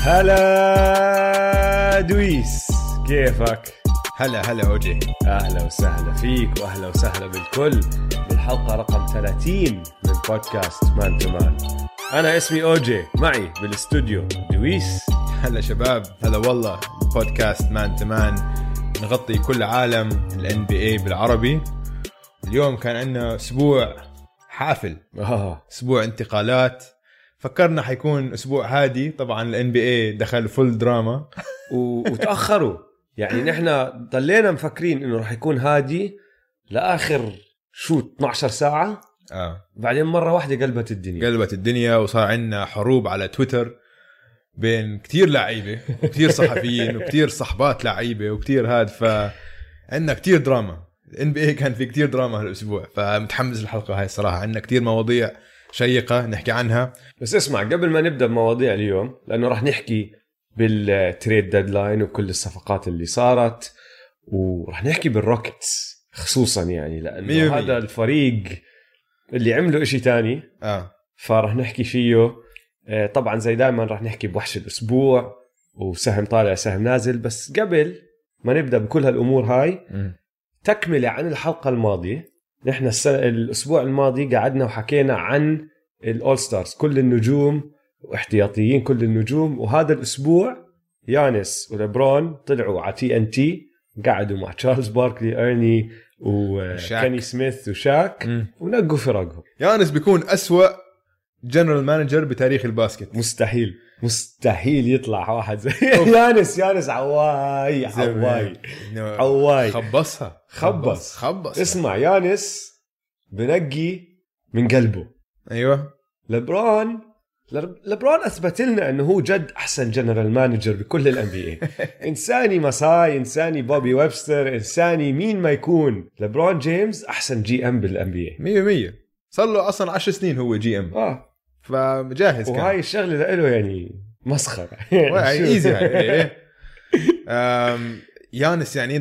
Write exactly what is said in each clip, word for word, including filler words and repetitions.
هلا دويس، كيفك؟ هلا هلا اوجي، اهلا وسهلا فيك واهلا وسهلا بالكل بالحلقه رقم ثلاثين من بودكاست مان تو مان. انا اسمي اوجي، معي بالاستوديو دويس. هلا شباب، هلا والله. بودكاست مان تو مان نغطي كل عالم الان بي اي بالعربي. اليوم كان عندنا اسبوع حافل، آه. اسبوع انتقالات. فكرنا حيكون اسبوع هادي، طبعا الان بي اي دخل فل دراما وتاخروا. يعني نحن ضلينا مفكرين انه راح يكون هادي لاخر شو اثنا عشر ساعه، اه بعدين مره واحده قلبت الدنيا قلبت الدنيا وصار عندنا حروب على تويتر بين كتير لعيبه وكتير صحفيين وكتير صحبات لعيبه وكتير هاد. فعندنا كتير دراما، الان بي اي كان في كتير دراما هالاسبوع، فمتحمس الحلقه هاي الصراحه. عندنا كتير مواضيع شيقه نحكي عنها. بس اسمع، قبل ما نبدا بمواضيع اليوم، لانه راح نحكي بالتريد ديدلاين وكل الصفقات اللي صارت، وراح نحكي بالروكيتس خصوصا، يعني لانه هذا الفريق اللي عملوا اشي تاني. اه فراح نحكي فيه. طبعا زي دائما راح نحكي بوحش الاسبوع وسهم طالع سهم نازل. بس قبل ما نبدا بكل هالامور هاي، م. تكمله عن الحلقه الماضيه. نحن الاسبوع الماضي قعدنا وحكينا عن الاول ستارز، كل النجوم واحتياطيين كل النجوم. وهذا الاسبوع يانس وليبرون طلعوا على تي ان تي، قعدوا مع تشارلز باركلي، ارني وكيني سميث وشاك، م. ونقوا فرقهم. يانس بيكون أسوأ جنرال مانجر بتاريخ الباسكت. مستحيل مستحيل يطلع واحد زي يانس. يانس عواي عواي عواي خبصها خبص خبص. اسمع، يانس بنقي من قلبه. ايوه لبرون لبرون اثبت لنا انه هو جد احسن جنرال مانجر بكل الان بي اي. انساني مساي، انساني بوبي ويبستر، انساني مين ما يكون، لبرون جيمس احسن جي ام بالان بي اي مية مية. صار له اصلا عشر سنين هو جي ام، اه فجاهز. وهاي كان. الشغله له يعني مسخره ايزي هاي. يانس يعني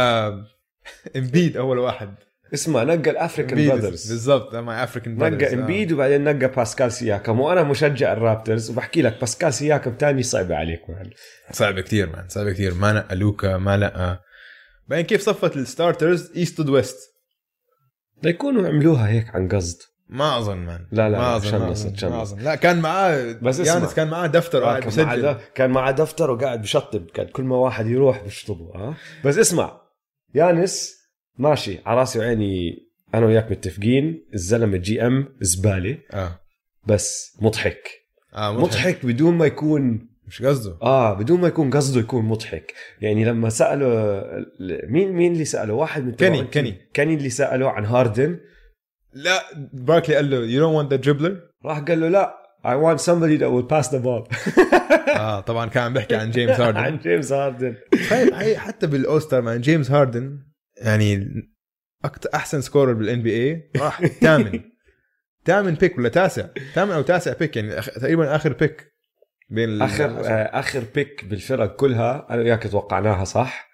امبيد اول واحد. اسمه نقى الافريكان براذرز بالضبط، مع افريكان براذرز. نقى امبيد وبعدين نقى باسكال سياكم. وانا مشجع الرابترز وبحكي لك باسكال سياكم تاني صعبه عليك مان. صعبه كتير مان، صعبه كتير. ما نقى لوكا، ما لقى. بعدين كيف صفت الستارترز ايست ود ويست؟ بيكونوا عملوها هيك عن قصد. ما اظن مان. لا لا ما أظن. أظن. ما أظن. ما أظن. لا كان معاه بس يانس، كان معاه دفتر وقاعد بسجل. كان معاه دفتر وقاعد بشطب، كان كل ما واحد يروح بيشطبه. اه بس اسمع، يانس ماشي على راسي وعيني، انا وياك متفقين الزلمه جي ام زباله. اه بس مضحك. اه مضحك, مضحك بدون ما يكون مش قصده. اه بدون ما يكون قصده يكون مضحك. يعني لما سأله مين مين اللي سأله، واحد من كيني كيني كيني اللي سأله عن هاردن. لا باركلي قال له you don't want the dribbler. راح قال له لا I want somebody that will pass the ball. اه طبعا كان عم بيحكي عن جيمس هاردن. عن جيمس هاردن. طيب هي حتى بالاوستر مع جيمس هاردن، يعني اكثر احسن سكورر بالان بي اي، راح ثامن ثامن بيك ولا تاسع، ثامن او تاسع بيك، يعني تقريبا اخر بيك بين اخر آه اخر بيك بالفرق كلها. انا وياك توقعناها صح.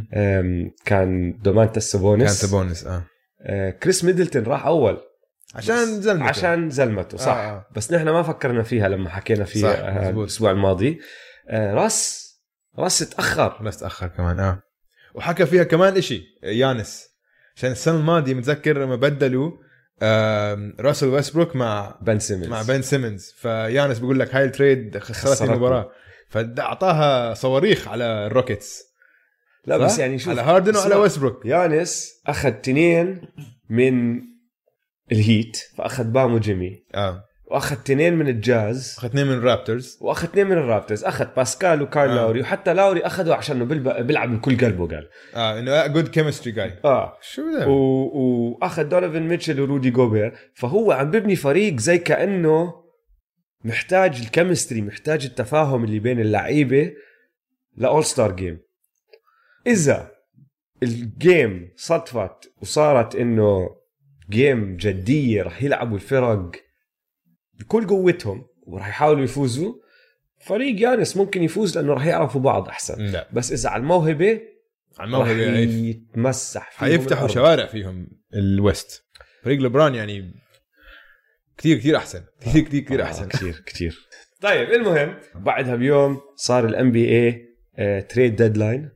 كان دومانتس سابونس. كان سابونس اه. آه كريس ميدلتون راح اول عشان زلمته عشان زلمته صح. آه آه. بس نحن ما فكرنا فيها لما حكينا فيها الاسبوع الماضي. آه راس راس تاخر راس تاخر كمان. اه وحكى فيها كمان إشي يانس، عشان السنه الماضيه متذكر لما بدلوا راسل ويستبروك مع بن سيمنز مع بن سيمنز، فيانس بيقول لك هاي التريد خسرت المباراه، فاعطاها صواريخ على الروكيتس. لا بس يعني شوف، على هاردن وعلى ويستبروك. يانس اخذ تنين من الهيت، فاخذ بامو جيمي. اه واخذ تنين من الجاز، اخذ اثنين من الرابترز، واخذ اثنين من الرابترز. اخذ باسكال وكايل آه. لاوري، وحتى لاوري اخذه عشانه بيلعب من كل قلبه. قال اه انه جود كيمستري جاي. اه شو ده. و... واخذ دونيفن ميتشل ورودي جوبير. فهو عم ببني فريق زي كانه محتاج الكيمستري، محتاج التفاهم اللي بين اللعيبه لاول ستار جيم. اذا الجيم صدفت وصارت انه جيم جديه، راح يلعبوا الفرق بكل قوتهم وراح يحاولوا يفوزوا. فريق يانس ممكن يفوز لانه راح يعرفوا بعض احسن. لا. بس اذا على الموهبه على الموهبه يتمسح فيهم، حيفتحوا شوارع فيهم الويست. فريق لبران يعني كتير كتير احسن، كتير كتير كتير آه احسن كتير كتير. طيب المهم بعدها بيوم صار الام بي اي تريد ديدلاين،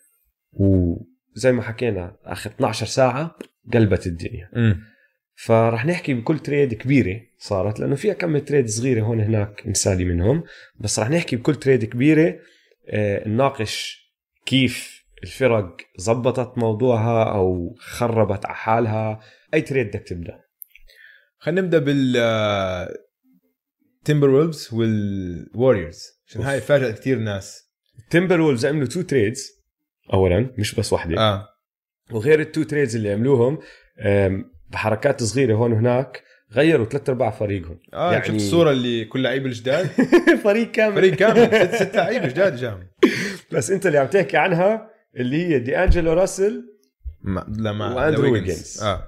وزي ما حكينا اخر اثنتي عشرة ساعه قلبت الدنيا. م. فرح نحكي بكل تريد كبيره صارت، لانه فيها كم تريد صغيره هون هناك نسالي منهم، بس رح نحكي بكل تريد كبيره آه نناقش كيف الفرق زبطت موضوعها او خربت على حالها. اي تريد بدك تبدا؟ خلينا نبدا بال تيمبر وولفز والواريورز عشان هاي فاجأت كتير ناس. تيمبر وولفز عملوا تو تريدز اولا، مش بس واحده اه وغير التو تريدز اللي عملوهم بحركات صغيره هون وهناك غيروا ثلاث ارباع فريقهم. اه يعني شفت الصوره اللي كل لعيبه الجداد فريق كامل فريق كامل ست ست لعيبه جداد جاهم. بس انت اللي عم تحكي عنها اللي هي دي انجلو راسل ما لا ما واندرو ويجنز. اه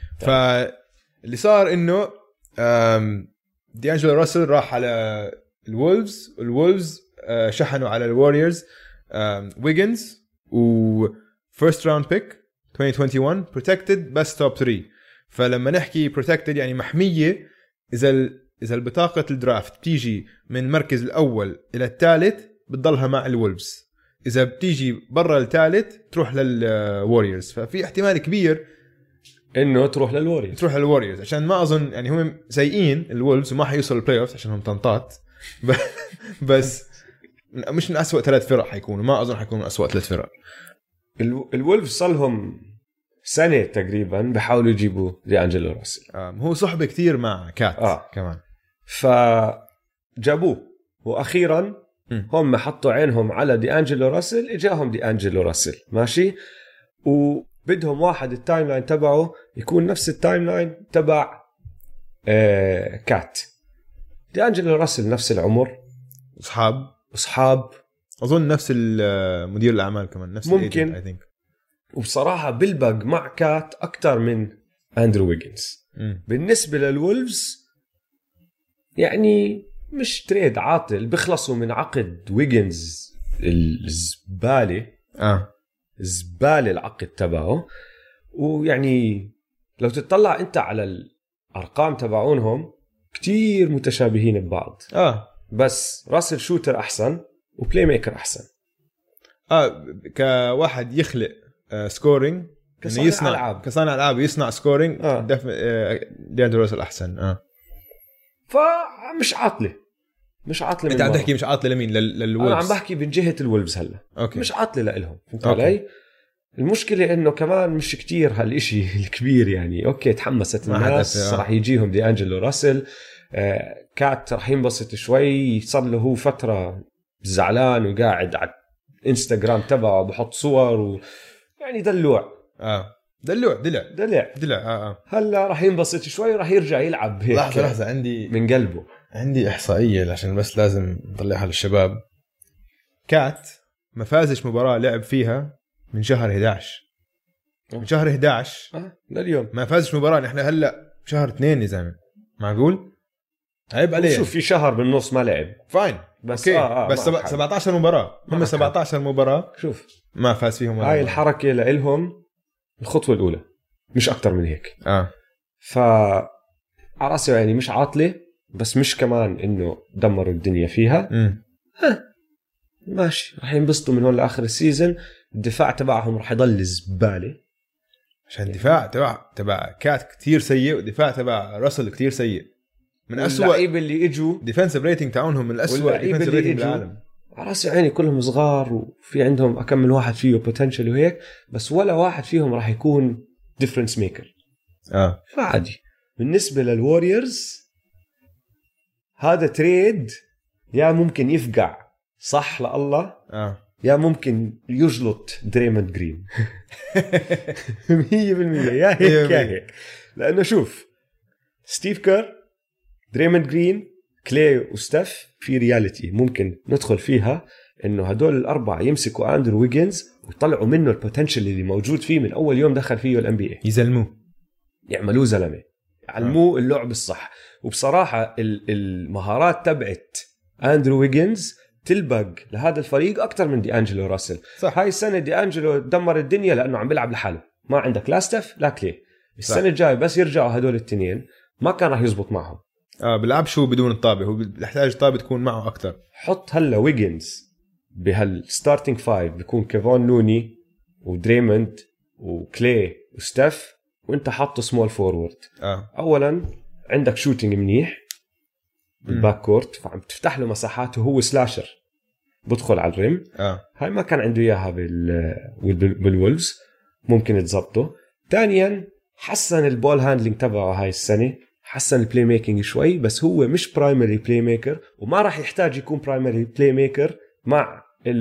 فاللي صار انه دي انجلو راسل راح على الولفز، والولفز شحنوا على الواريورز ويجنز و first round pick twenty twenty-one protected best top three. فلما نحكي protected يعني محمية، إذا ال إذا البطاقة الدرافت بتيجي من المركز الأول إلى الثالث بتضلها مع الولفز، إذا بتيجي برا الثالث تروح للواريورز. ففي احتمال كبير إنه تروح للواريورز تروح للواريورز عشان ما أظن يعني هم سيئين الولفز وما حيوصلوا البلاي أوفs عشان هم طنطات بس مش من أسوأ ثلاث فرق حيكونوا، ما أظن حيكونوا من أسوأ ثلاث فرق. الولفز صلهم سنة تقريبا بحاولوا يجيبوا دي أنجلو راسل. آه هو صحبة كتير مع كات آه. كمان، فجابوه وأخيرا م. هم حطوا عينهم على دي أنجلو راسل، إجاهم دي أنجلو راسل ماشي، وبدهم واحد التايم لاين تبعه يكون نفس التايم لاين تبع آه كات. دي أنجلو راسل نفس العمر، أصحاب أصحاب أظن نفس مدير الأعمال كمان نفس ممكن I think. وبصراحة بلبق مع كات أكتر من أندرو ويجنز. م. بالنسبة للولفز يعني مش تريد عاطل، بيخلصوا من عقد ويجنز الزبالة آه. زبالة العقد تبعه، ويعني لو تطلع أنت على الأرقام تبعونهم كتير متشابهين ببعض. آه. بس راسل شوتر أحسن وبلاي ميكر أحسن. آه كواحد يخلق آه سكورينج كصانع يصنع ألعاب. كصانع ألعاب يصنع سكورينج آه. دف... آه دي أندرو راسل أحسن. آه. فمش عاطلة مش عاطلة. أنت عم تحكي مش عاطلة لمين؟ لل... للولفز. أنا عم بحكي من جهة الولفز هلا. أوكي. مش عاطلة لإلهم، فهمت علي؟ المشكلة إنه كمان مش كتير هالإشي الكبير يعني. أوكي تحمست الناس آه. راح يجيهم دي أنجلو راسل. آه كات راح ينبسط شوي، صار له هو فترة زعلان وقاعد على انستغرام تبعه بحط صور و... يعني دلوع اه دلوع دلع دلع دلع اه اه هلا راح ينبسط شوي وراح يرجع يلعب هيك. لحظه لحظه عندي من قلبه عندي احصائيه عشان بس لازم نطلعها للشباب. كات ما فازش مباراه لعب فيها من شهر إحدى عشر من شهر إحدى عشر اه لليوم ما فازش مباراه. نحن هلا شهر اثنين يا زلمه، معقول؟ عيب عليه. شوف في شهر بالنص ما لعب فاين بس أوكي. آه آه بس سبع... سبعة عشر مباراه هم سبعة عشر مباراه شوف ما فاز فيهم. هاي الحركه لهم الخطوه الاولى مش اكتر من هيك. اه ف عراسي يعني مش عاطله بس مش كمان انه دمروا الدنيا فيها. امم ماشي راح ينبسطوا من هون لاخر السيزون. الدفاع تبعهم راح يضل زباله عشان الدفاع تبع تبع كات كتير سيء والدفاع تبع راسل كتير سيء. من أسوأ اللعيبه اللي اجوا ديفنسيف ريتنج تاعونهم من أسوأ ديفنسيف ريتنج بالعالم. عراسي عيني كلهم صغار وفي عندهم أكمل واحد فيه بوتنشل وهيك، بس ولا واحد فيهم راح يكون ديفرنس ميكر. اه فعادي. بالنسبة للواريورز هذا تريد يا ممكن يفقع صح لله اه يا ممكن يجلط دريموند جرين مية بالمية يا هيك يا هيك. لأنه شوف ستيف كير دريموند جرين كلاي وستيف في رياليتي ممكن ندخل فيها انه هدول الاربعه يمسكوا اندرو ويجنز ويطلعوا منه البوتنشل اللي موجود فيه من اول يوم دخل فيه الام بي اي. يزلموه يعملوه زلمه يعلموه اللعب الصح. وبصراحه المهارات تبعت اندرو ويجنز تلبق لهذا الفريق اكثر من دي انجلو راسل. صح. هاي السنه دي انجلو دمر الدنيا لانه عم بيلعب لحاله، ما عندك لا ستيف لا كلاي. السنه الجايه بس يرجعوا هدول الاثنين ما كان راح يزبط معهم. اه بلعب شو بدون الطابه، هو بيحتاج طابه تكون معه اكثر. حط هلا ويجنز بهالستارتنج فايف، بيكون كيفون لوني ودريموند وكلي وستيف، وانت حاطه سمول فورورد. اه اولا عندك شوتينج منيح بالباك كورت، فعم تفتح له مساحات وهو سلاشر بدخل على الريم. اه هاي ما كان عنده اياها بال بالولفز، ممكن تزبطه. ثانيا حسن البول هاندلينج تبعه هاي السنه، حسن البلاي ميكينج شوي، بس هو مش برايمري بلاي ميكر، وما راح يحتاج يكون برايمري بلاي ميكر مع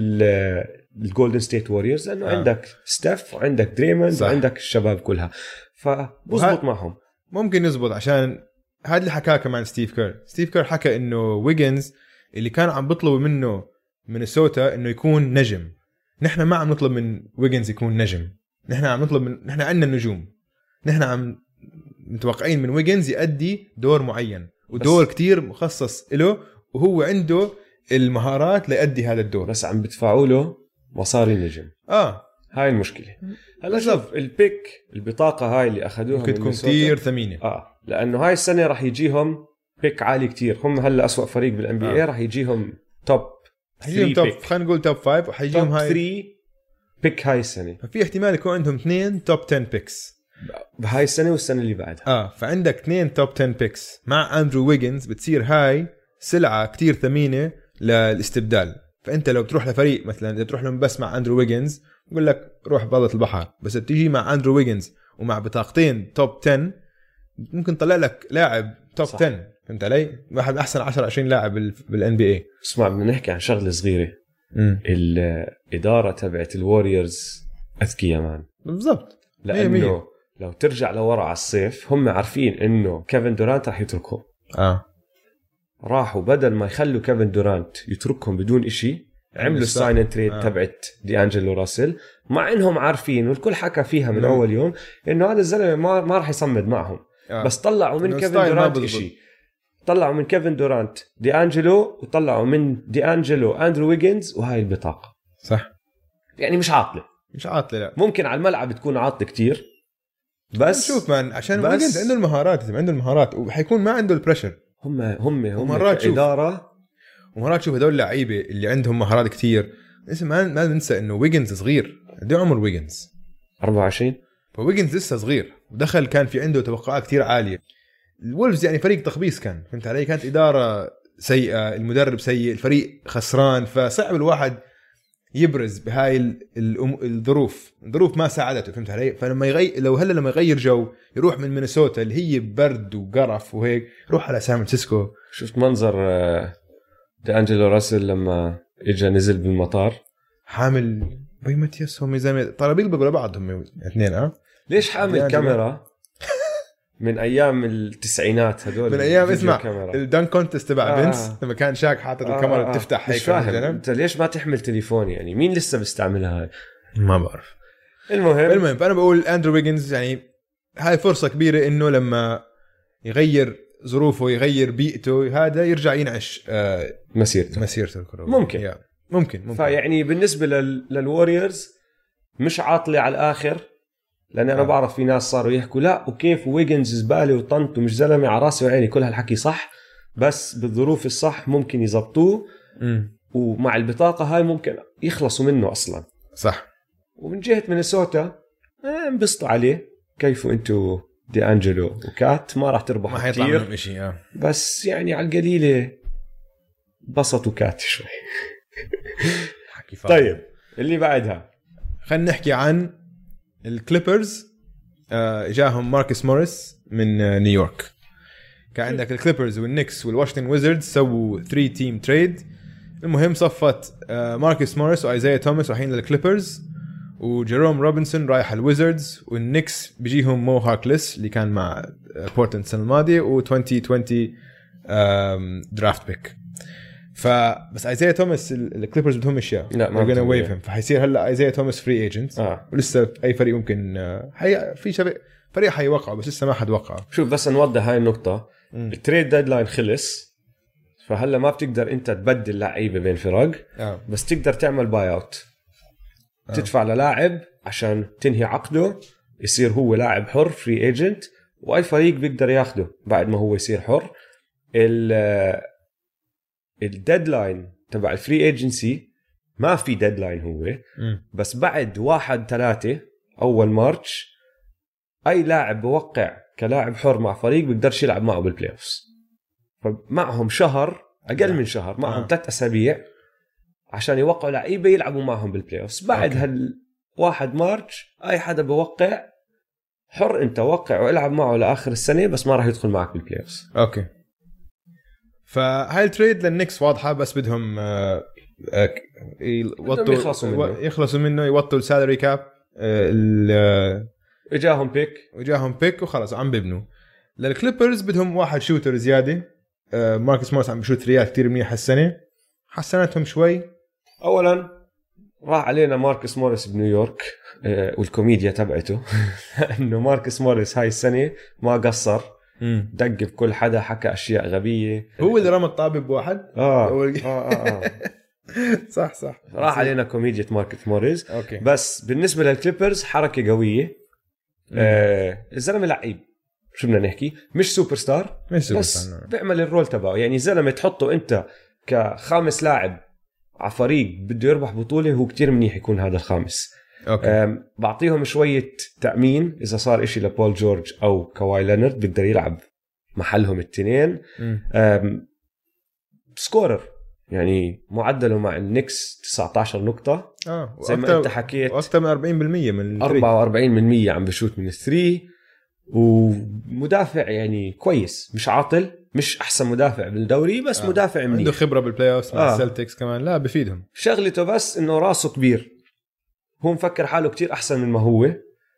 الجولدن ستيت ووريرز، لانه آه. عندك ستيف وعندك دريموند وعندك الشباب كلها، فبزبط معهم. ممكن يزبط، عشان هذا اللي حكاه كمان ستيف كير. ستيف كير حكى انه ويجنز اللي كان عم بيطلبوا منه مينيسوتا انه يكون نجم، نحن ما عم نطلب من ويجنز يكون نجم، نحن عم نطلب من نحن عندنا النجوم، نحن عم متوقعين من ويجنز يؤدي دور معين، ودور كتير مخصص له، وهو عنده المهارات ليؤدي هذا الدور، بس عم بدفعوا له مصاري نجم. اه هاي المشكله. هلا شوف البيك البطاقه هاي اللي اخذوها ممكن تكون كتير ثمينه، اه لانه هاي السنه راح يجيهم بيك عالي كتير، هم هلا أسوأ فريق بالان بي اي، راح يجيهم توب حيجيهم توب، خلينا نقول توب خمسة، وحيجيهم هاي ثلاثة بيك هاي السنه، ففي احتمال يكون عندهم اثنين توب عشرة بيكس بهاي السنه والسنه اللي بعدها. اه فعندك اثنين توب عشرة بيكس مع اندرو ويجنز، بتصير هاي سلعه كتير ثمينه للاستبدال. فانت لو بتروح لفريق مثلا، اذا تروح لهم بس مع اندرو ويجنز بقول لك روح بلط البحر، بس تيجي مع اندرو ويجنز ومع بطاقتين توب عشرة ممكن طلع لك لاعب توب صح. عشرة، فهمت علي؟ واحد من احسن عشرة عشرين لاعب بالان بي اي. اسمع، بدنا نحكي عن شغله صغيره. م. الاداره تبعت الواريورز اذكياء مان بالضبط، لانه مية مية. لو ترجع لورا على الصيف هم عارفين انه كيفن دورانت راح يتركهم، اه راحوا بدل ما يخلوا كيفن دورانت يتركهم بدون إشي، عملوا الساين اند تريد آه. تبعت دي أنجلو راسل، مع انهم عارفين والكل حكى فيها من اول يوم انه هذا الزلمه ما ما راح يصمد معهم. آه. بس طلعوا من كيفن دورانت إشي، طلعوا من كيفن دورانت دي أنجلو، وطلعوا من دي أنجلو أندرو ويجنز، وهاي البطاقه صح. يعني مش عاطله مش عاطله لا، ممكن على الملعب تكون عاطله كتير، بس شوف مان عشان ويجنز عنده المهارات، عنده المهارات وحيكون ما عنده البريشر. هم هم هم ومرات إدارة ومرات شوف هدول اللعيبه اللي عندهم مهارات كتير، اسم ما ما ننسى انه ويجنز صغير. قد عمر ويجنز؟ أربعة وعشرين. فويجنز لسه صغير، ودخل كان في عنده توقعات كتير عاليه. الولفز يعني فريق تخبيص كان، فهمت علي؟ كانت اداره سيئه، المدرب سيء، الفريق خسران، فصعب الواحد يبرز بهاي الظروف. الظروف ما ساعدته، فهمت علي؟ فلما يغير، لو هلا لما يغير جو، يروح من مينيسوتا اللي هي برد وقرف وهيك، يروح على سان فرانسيسكو. شفت منظر دي أنجلو راسل لما اجى نزل بالمطار حامل باي ماتياس، هم زي طرابيل بقوا لبعضهم اثنين. اه ليش حامل كاميرا من ايام التسعينات هدول، من ايام اسمع الدان كونتست تبع آه. بنس لما كان شاك حاطط آه الكاميرا آه. بتفتح هيك. مش فاهم انت ليش ما تحمل تليفون؟ يعني مين لسه بيستعملها هاي؟ ما بعرف. المهم المهم فانا بقول اندرو ويجنز يعني هاي فرصه كبيره انه لما يغير ظروفه، يغير بيئته، هذا يرجع ينعش آه مسيرته مسيرته الكروية. ممكن. يعني ممكن ممكن فيعني بالنسبه لل... للواريورز مش عاطله على الاخر، لان انا آه. بعرف في ناس صاروا يحكوا لا وكيف ويجنز زباله وطنط ومش زلمه، على راسي وعيني كل هالحكي صح، بس بالظروف الصح ممكن يزبطوه، ومع البطاقه هاي ممكن يخلصوا منه اصلا. صح. ومن جهه مينيسوتا انبسطوا عليه، كيفوا انتوا دي أنجلو وكات ما راح تربحوا ما كتير منهم إشي آه. بس يعني على القليلة بسطوا كات شوي. طيب اللي بعدها خلينا نحكي عن الكليبرز. آه جاهم ماركس موريس من آه نيويورك. كان عندك الكليبرز والنيكس والواشنطن ويزردز سووا ثلاثة تيم تريد. المهم صفت آه ماركس موريس وآيزايا توماس رايحين للكليبرز، وجيروم روبنسون رايح الويزردز، والنيكس بيجيهم مو هاركلس اللي كان مع بورتلاند السنه الماضيه و2020 درافت بيك. فبس ايزايا توماس الكليبرز بدهم اشياء، لا ما بدهم ويفهم، فحيصير هلا ايزايا توماس فري ايجنت آه. ولسه اي فريق ممكن حي... في شباب فريق حيوقعه بس لسه ما حد وقعه. شوف بس نوضح هاي النقطه، التريد ديدلاين خلص، فهلا ما بتقدر انت تبدل لعيبه بين فرق آه. بس تقدر تعمل باي اوت، آه. تدفع للاعب عشان تنهي عقده، يصير هو لاعب حر فري ايجنت، واي فريق بيقدر ياخده بعد ما هو يصير حر. ال الديدلاين تبع الفري ايجنسي ما في ديدلاين هو م. بس بعد واحد ثلاثة أول مارتش أي لاعب بوقع كلاعب حر مع فريق بيقدرش يلعب معه بالبلاي أوفس. فمعهم شهر أقل من شهر معهم آه. ثلاث أسابيع عشان يوقعوا لعيبة يلعبوا معهم بالبلاي أوفس. بعد هالواحد مارتش أي حدا بوقع حر أنت وقع وإلعب معه لآخر السنة بس ما راح يدخل معك بالبلاي أوفس. أوكي. فهاي التريد للنكس واضحة بس بدهم آه يوطوا يخلصوا منه. يخلصوا منه يوطوا السالري كاب ال اجاهم بيك وجاهم بيك وخلص عم بيبنوا. للكليبرز بدهم واحد شوتر زيادة. آه ماركس موريس عم بشوت ثريات كتير منيح هالسنة حسنتهم شوي. أولا راح علينا ماركس موريس بنيويورك آه والكوميديا تبعته انه ماركس موريس هاي السنة ما قصر دق بكل حدا حكى أشياء غبية. هو اللي رمى الطابة بواحد آه. آه, آه, آه. صح صح راح علينا كوميديا ماركس موريس. أوكي. بس بالنسبة للكليبرز حركة قوية. آه الزلمة لعيب شو بدنا نحكي مش سوبر ستار مش سوبر بس ستار. بيعمل الرول تبعه يعني زلمة تحطه أنت كخامس لاعب على فريق بده يربح بطولة هو كتير منيح يكون هذا الخامس. أوكي. بعطيهم شوية تأمين إذا صار إشي لبول جورج أو كواي لينارد بيقدر يلعب محلهم التنين. سكورر يعني معدله مع النكس تسعة عشر نقطة آه. زي ما أنت حكيت أكثر من أربعين بالمية من أربعة وأربعين بالمية عم بشوت من الثري ومدافع يعني كويس مش عاطل مش أحسن مدافع بالدوري بس آه. مدافع منيح عنده خبرة بالبلاي أوفس مع آه. السلتكس كمان لا بفيدهم. شغلته بس إنه راسه كبير هو مفكر حاله كتير أحسن من ما هو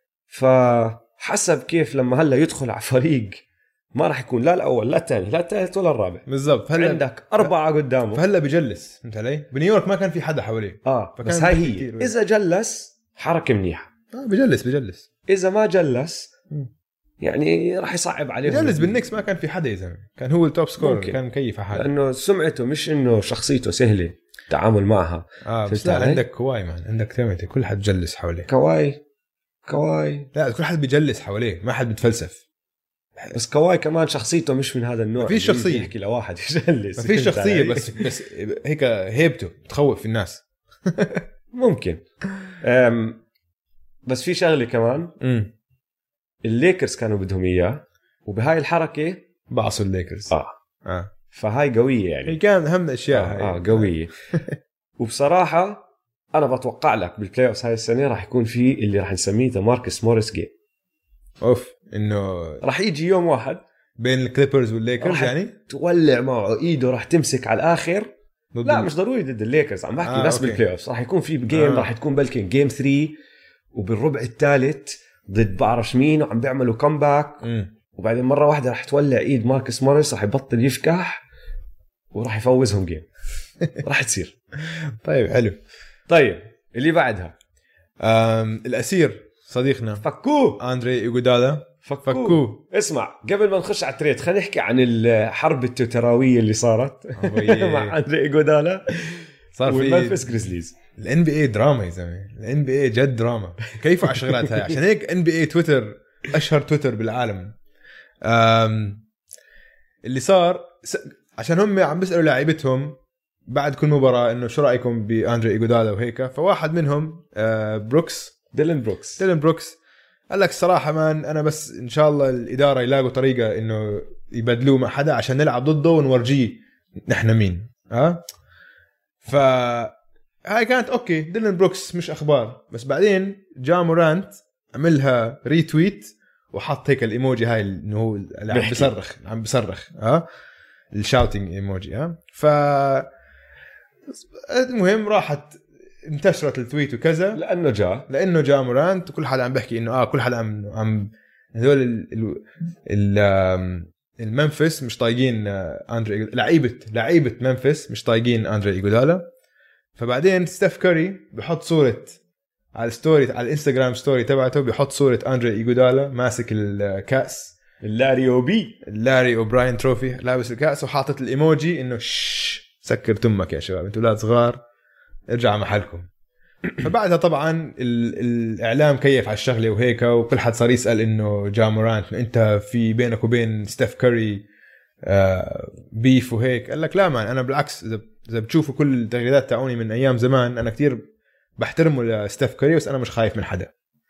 فحسب كيف لما هلا يدخل على فريق ما راح يكون لا الأول لا الثاني لا الثالث ولا الرابع بالضبط. هلا عندك أربعة قدامه فهلا بجلس فهمت علي. بنيويورك ما كان في حدا حواليه آه بس هاي هي إذا جلس حركة منيحة آه بجلس بجلس إذا ما جلس يعني راح يصعب عليه. بجلس بالنكس ما كان في حدا يا زلمه كان هو التوب سكور كان مكيف حاله لأنه سمعته مش إنه شخصيته سهلة تعامل معها. آه بس لا عندك كواي مان عندك تيمتي كل حد جلس حواليه. كواي كواي لا كل حد بيجلس حواليه ما حد بتفلسف. بس كواي كمان شخصيته مش من هذا النوع. ما في شخصية يحكي لواحد يجلس. ما في شخصية بس بس هيك هيبته تخوف في الناس. ممكن. أم بس في شغلة كمان م. الليكرز كانوا بدهم إياه وبهاي الحركة بعصوا الليكرز. آه. آه. فهاي قوية يعني. هي كان أهم الأشياء آه. هاي. آه قوية. وبصراحة أنا بتوقع لك بالبلاي أوفس هاي السنة راح يكون في اللي راح نسميه ذا ماركس موريس جيم. أوف إنه راح يجي يوم واحد بين الكليبرز والليكرز يعني تولع معه إيده راح تمسك على الآخر. لا ال... مش ضروري ضد الليكرز عم بحكي آه بس أوكي. بالبلاي أوفس راح يكون في جيم آه. راح تكون بلكي جيم ثلاثة وبالربع الثالث ضد بعرف مين وعم بيعملوا كومباك وبعدين مرة واحدة راح تولع إيد ماركس موريس راح يبطل يفكح وراح يفوزهم جيم. راح تصير. طيب حلو. طيب اللي بعدها الأسير صديقنا فكوه أندري إيغودالا. فكوه. فكوه. اسمع قبل ما نخش على التريد خلينا نحكي عن الحرب التوتراوية اللي صارت مع أندري إيغودالا صار في والمنفس جريزليز. الان بي اي دراما يا زلمه الان بي اي جد دراما كيف على الشغلات هاي عشان هيك ان بي اي تويتر اشهر تويتر بالعالم. اللي صار عشان هم عم بيسالوا لاعيبتهم بعد كل مباراه انه شو رايكم باندري إيغودالا وهيك فواحد منهم بروكس ديلين بروكس ديلين بروكس قال لك الصراحه مان انا بس ان شاء الله الاداره يلاقوا طريقه انه يبدلوه مع حدا عشان نلعب ضده ونورجيه نحن مين. ها ف هاي كانت اوكي ديلين بروكس مش اخبار. بس بعدين جا مورانت عملها ريتويت وحط هيك الايموجي هاي انه هو اللي عم بيصرخ عم بيصرخ ها الشاوتينج ايموجي. ها ف المهم راحت انتشرت التويت وكذا لانه جا لانه جا مورانت وكل حدا عم بيحكي انه اه كل حدا عم عم هذول ال ال المنفس مش طايقين اندري لعيبه لعيبه منفس مش طايقين اندري إيغودالا. فبعدين ستيف كاري بحط صورة على الستوري على الانستغرام ستوري تبعته بيحط صورة أندري إيغودالا ماسك الكأس اللاري أوبي اللاري أوبراين تروفي لابس الكأس وحاطت الإيموجي إنه شش سكر تمك يا شباب أنتوا أولاد صغار ارجع محلكم. فبعدها طبعا الإعلام كيف على الشغلة وهيك وكل حد صار يسأل إنه جا مورانت أنت في بينك وبين ستيف كاري آه بيف وهيك. قال لك لا مان انا بالعكس اذا اذا بتشوفوا كل التغريدات تاعوني من ايام زمان انا كتير بحترمه لستيف كاري بس انا مش خايف من حدا.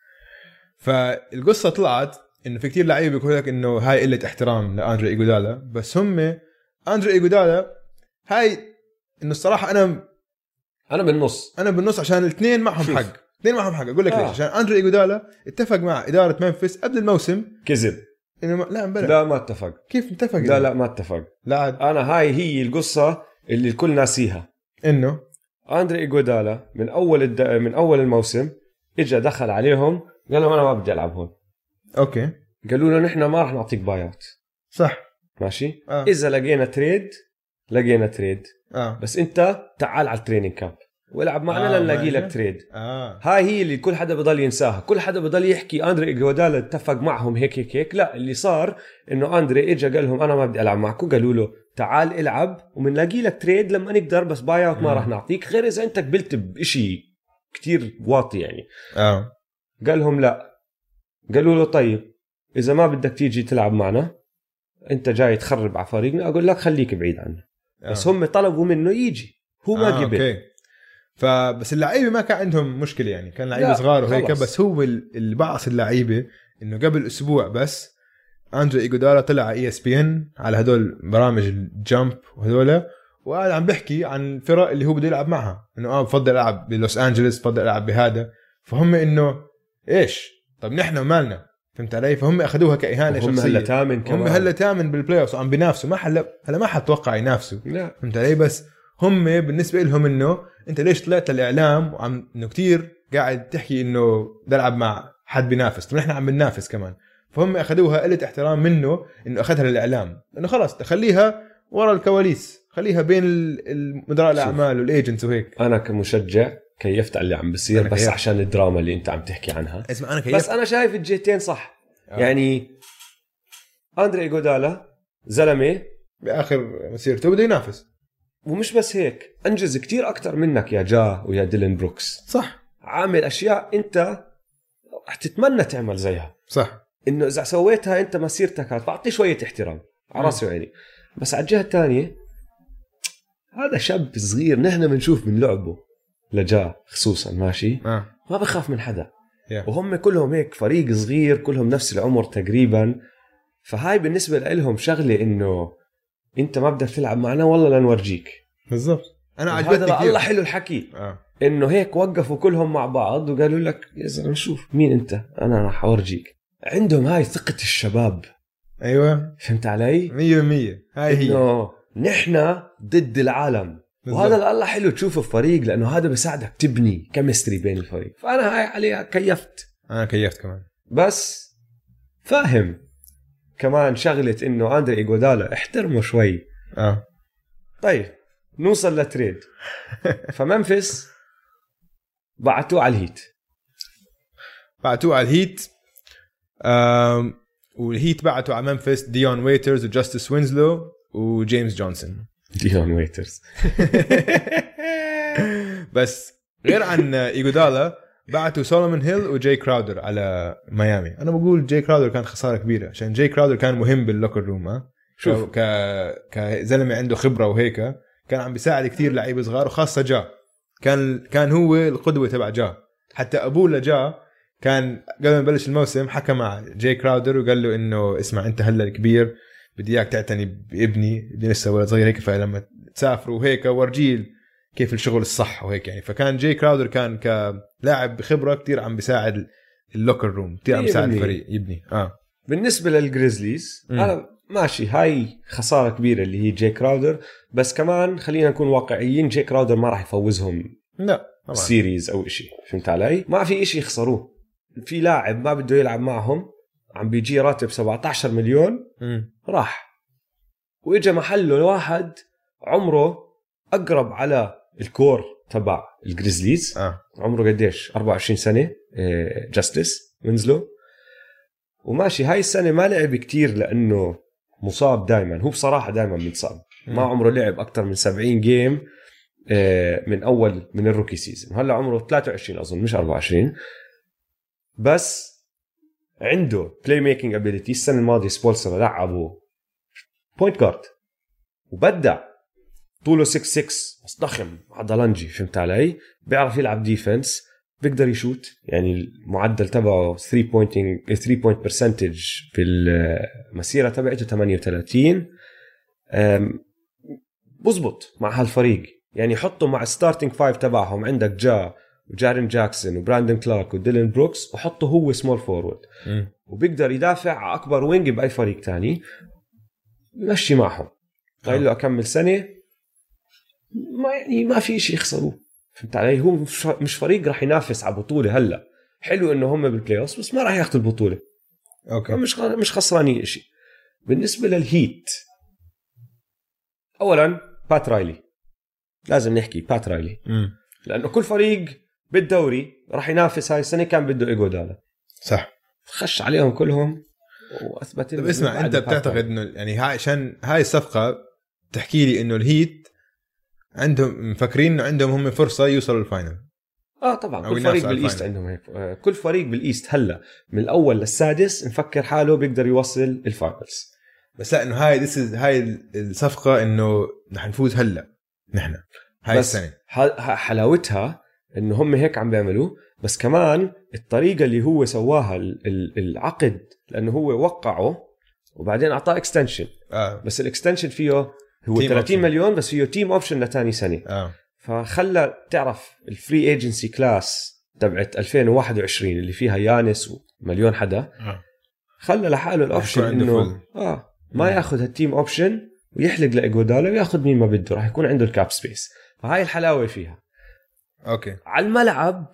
فالقصه طلعت انه في كتير لعيبه بيقول لك انه هاي قله احترام لاندري إيغودالا، بس هم اندري إيغودالا هاي انه الصراحه انا انا بالنص انا بالنص عشان الاثنين معهم حق، الاثنين معهم حق. اقول لك آه. ليش؟ عشان اندري إيغودالا اتفق مع اداره منفس قبل الموسم كذب انه ما... لا مبلغ. لا ما اتفق. كيف اتفق؟ لا لا ما اتفق. لا انا هاي هي القصه اللي الكل ناسيها، انه اندري إيغودالا من اول الد... من اول الموسم اجى دخل عليهم قال لهم انا ما بدي العب هون. اوكي قالوا له نحن ما راح نعطيك باي اوت. صح ماشي آه. اذا لقينا تريد لقينا تريد آه. بس انت تعال على التريننج كامب والعب معنا آه لنلاقي لك تريد. آه. هاي هي اللي كل حدا بضل ينساها. كل حدا بضل يحكي اندري إيغودالا اتفق معهم هيك هيك هيك. لا اللي صار انه اندري اجى قال لهم انا ما بدي العب معكم. قالوا له تعال العب ومنلاقي لك تريد لما نقدر بس باي اوت ما راح نعطيك غير اذا انت قبلت بشيء كتير واطي يعني. اه قال لهم لا. قالوا له طيب اذا ما بدك تيجي تلعب معنا انت جاي تخرب على فريقنا اقول لك خليك بعيد عنه. آه. بس هم طلبوا منه يجي هو ما آه قبل. أوكي. فبس اللعيبه ما كان عندهم مشكله يعني كان لعيبه صغار وهيك. بس هو اللي بعص اللعيبه انه قبل اسبوع بس اندري إيغودالا طلع على اي اس بي ان على هدول برامج الجامب وهذول وقال عم بحكي عن الفرق اللي هو بده يلعب معها انه اه بفضل العب بلوس انجلوس بفضل العب بهذا. فهم انه ايش طب نحن مالنا فهمت علي. فهم اخذوها كاهانه شخصيه. هم هلا تامن كمان. هم هلا تامن بالبلاي اوف وعم بينافسوا ما هلا هلا ما حتوقع ينافسوا. لا فهمت علي. بس هم بالنسبه لهم انه انت ليش طلعت للاعلام وعم انه كتير قاعد تحكي انه بدي العب مع حد بينافس. طب نحن عم بننافس كمان. فهم اخذوها قله احترام منه انه اخذها للاعلام انه خلاص تخليها ورا الكواليس خليها بين المدراء الاعمال والايجنتس وهيك. انا كمشجع كيفت على اللي عم بصير بس كيفت. عشان الدراما اللي انت عم تحكي عنها. اسمع انا كيفت. بس انا شايف الجهتين صح. آه. يعني اندري إيغودالا زلمه باخر مسيرته بده ينافس ومش بس هيك انجز كتير اكتر منك يا جا ويا ديلين بروكس. صح. عامل اشياء انت رح تتمنى تعمل زيها. صح. انه اذا سويتها انت مسيرتك هتعطي شويه احترام على راسي وعيني. بس على الجهه الثانيه هذا شاب صغير نحن بنشوف من لعبه لجا خصوصا ماشي آه. ما بخاف من حدا. yeah. وهم كلهم هيك فريق صغير كلهم نفس العمر تقريبا. فهاي بالنسبه لهم شغله انه انت ما بدك تلعب معنا والله لنورجيك. بالضبط. انا عجبتني كثير. الله حلو الحكي. آه. انه هيك وقفوا كلهم مع بعض وقالوا لك يا زلمه شوف مين انت انا راح اورجيك. عندهم هاي ثقه الشباب. ايوه فهمت علي مية بالمية. هاي هي انه نحن ضد العالم. بالزبط. وهذا الله حلو تشوفه في فريق لانه هذا بيساعدك تبني كيمستري بين الفريق. فانا هاي عليها كيفت. انا كيفت كمان. بس فاهم كمان شغله انه اندري إيغودالا احترمه شوي. اه طيب نوصل لتريد. فمنفس بعتوه على الهيت. بعتوه على الهيت. آم والهيت بعتوا على منفس ديون ويترز وجاستس وينزلو وجيمس جونسون. ديون ويترز. بس غير عن إيغودالا بعتوا سولومون هيل وجاي كراودر على ميامي. انا بقول جاي كراودر كان خساره كبيره عشان جاي كراودر كان مهم باللوكر روم. ها شوف ك كزلمه عنده خبره وهيك كان عم بيساعد كتير لعيبه صغار وخاصه جا كان كان هو القدوه تبع جا. حتى ابوه لجا كان قبل ما يبلش الموسم حكى مع جاي كراودر وقال له انه اسمع انت هلا الكبير بدي اياك تعتني بابني ابني لسه ولد صغير هيك فلما تسافروا وهيك ورجيل كيف الشغل الصح وهيك يعني. فكان جاي كراودر كان كلاعب بخبره كتير عم بيساعد اللوكر روم كتير عم بيساعد الفريق يبني. اه بالنسبه للجريزليز انا ماشي هاي خساره كبيره اللي هي جاي كراودر. بس كمان خلينا نكون واقعيين جاي كراودر ما راح يفوزهم لا سيريز او إشي. فهمت علي. ما في إشي يخسروه. في لاعب ما بده يلعب معهم عم بيجي راتب سبعة عشر مليون م. راح واجا محله واحد عمره اقرب على الكور تبع الجريزليز. آه. عمره قديش أربعة وعشرين سنه. إيه جاستس وينزلو وماشي هاي السنه ما لعب كتير لانه مصاب دائما. هو بصراحه دائما متصاب. ما عمره لعب اكتر من سبعين جيم إيه من اول من الروكي سيزون. هلا عمره ثلاثة وعشرين اظن مش أربعة وعشرين. بس عنده بلاي ميكينج ابيليتي. السنه الماضيه سبولسر لعبه بوينت جارد وبدع طوله ستة ستة بس ضخم عضلنجي فهمت علي بيعرف يلعب ديفنس بيقدر يشوت يعني المعدل تبعه ثلاثة بوينتينج ثلاثة بوينت برسنتج في المسيرة تبعته ثمانية وثلاثين بزبط مع هالفريق يعني حطه مع ستارتنج فايف تبعهم عندك جا وجارين جاكسون وبراندن كلارك وديلين بروكس وحطه هو سمول فورورد وبيقدر يدافع على أكبر وينج بأي فريق تاني مشي معهم قايل له أكمل سنة ما يعني ما في شيء يخسروه فهمت علي هو مش فريق راح ينافس على بطولة هلا حلو إنه هم بالبلاي أوف بس ما راح ياخذوا البطولة أوكي مش مش خسرانين شيء. بالنسبة للهيت أولا بات رايلي لازم نحكي بات رايلي م. لأنه كل فريق بالدوري راح ينافس هاي السنة كان بده إيجودالا صح خش عليهم كلهم واثبت. طب اسمع انت بتعتقد انه يعني هاي عشان هاي الصفقه تحكي لي انه الهيت عندهم مفكرين انه عندهم هم فرصه يوصلوا الفاينل؟ اه طبعا كل فريق بالايست عندهم هيك آه كل فريق بالايست هلا من الاول للسادس مفكر حاله بيقدر يوصل الفاينلز. بس لا انه هاي this is هاي الصفقه انه رح نفوز هلا نحن هاي السنه حلاوتها انه هم هيك عم بيعملوا بس كمان الطريقة اللي هو سواها العقد لأنه هو وقعه وبعدين أعطاه اكستنشن آه. بس الاكستنشن فيه هو ثلاثين مليون بس فيه تيم اوبشن لتاني سنة آه. فخلى تعرف الفري ايجنسي كلاس تبعت ألفين وواحد وعشرين اللي فيها يانس ومليون حدا آه. خلى لحاله الأوبشن إنه آه ما ياخد هالتيم اوبشن ويحلق لإيجودالا وياخد مين ما بده راح يكون عنده الكاب سبيس فهاي الحلاوة فيها. أوكي على الملعب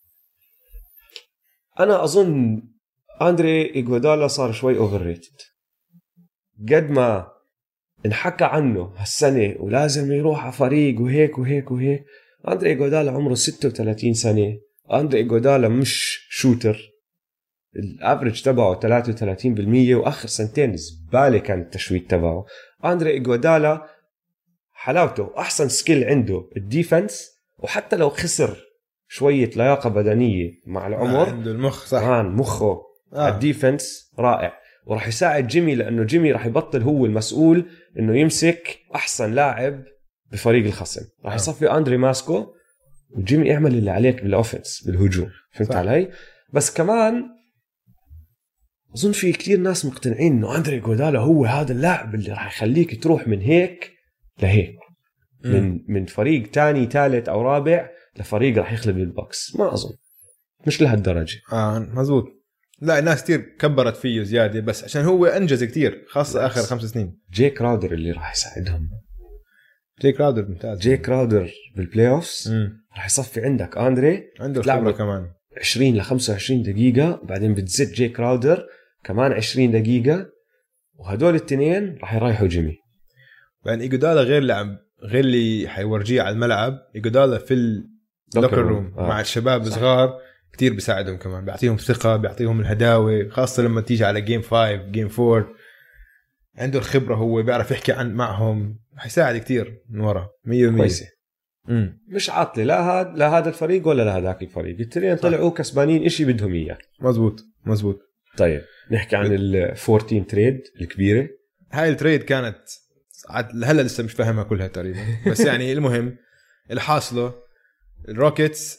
أنا أظن أندري إيجودالا صار شوي أوفر ريتد قد ما انحكى عنه هالسنة ولازم يروح على فريق وهيك وهيك وهيك. أندري إيجودالا عمره ستة وثلاثين سنة. أندري إيجودالا مش شوتر الأفريج تبعه ثلاثة وثلاثين بالمية وآخر سنتين زبالة كان التشويت تبعه. أندري إيجودالا حلاوته أحسن سكيل عنده الديفنس وحتى لو خسر شوية لياقة بدنية مع العمر عنده المخ صح كمان مخه آه. الديفنس رائع وراح يساعد جيمي لأنه جيمي راح يبطل هو المسؤول إنه يمسك أحسن لاعب بفريق الخصم راح آه. يصفي أندري ماسكو وجيمي يعمل اللي عليك بالأوفنس بالهجوم فهمت صح. علي بس كمان أظن في كتير ناس مقتنعين إنه أندري إيجودالا هو هذا اللاعب اللي راح يخليك تروح من هيك لهيك م. من من فريق تاني ثالث أو رابع لفريق راح يخلب البوكس ما أظن مش لهالدرجة. آه مزبوط. لا الناس كتير كبرت فيه زيادة بس عشان هو أنجز كتير خاصة آخر خمس سنين. جيك راودر اللي راح يساعدهم. جيك راودر ممتاز. جيك راودر بالبلاي أوفس راح يصفي عندك أندري عنده خبرة كمان عشرين لخمسة وعشرين دقيقة وبعدين بتزيد جيك راودر كمان عشرين دقيقة وهدول التنين راح يريحوا جيمي. يعني إيجودالا غير اللي عم غير اللي حيورجيه على الملعب إيجودالا في اللوكر روم آه. مع الشباب الصغار كتير بيساعدهم كمان بيعطيهم ثقة بيعطيهم الهداوة خاصة لما تيجي على جيم فايف جيم فور عنده الخبرة هو بيعرف يحكي عن معهم حيساعد كتير من ورا مية بالمية. مش عاطلة لا هذا لا هذا الفريق ولا لهذاك الفريق التنين طلعوا كسبانين إشي بدهم إياه. مزبوط مزبوط. طيب نحكي عن الفورتين تريد الكبيرة. هاي التريد كانت هلا لسه مش فاهمها كلها تقريبا بس يعني المهم الحاصله الروكيتس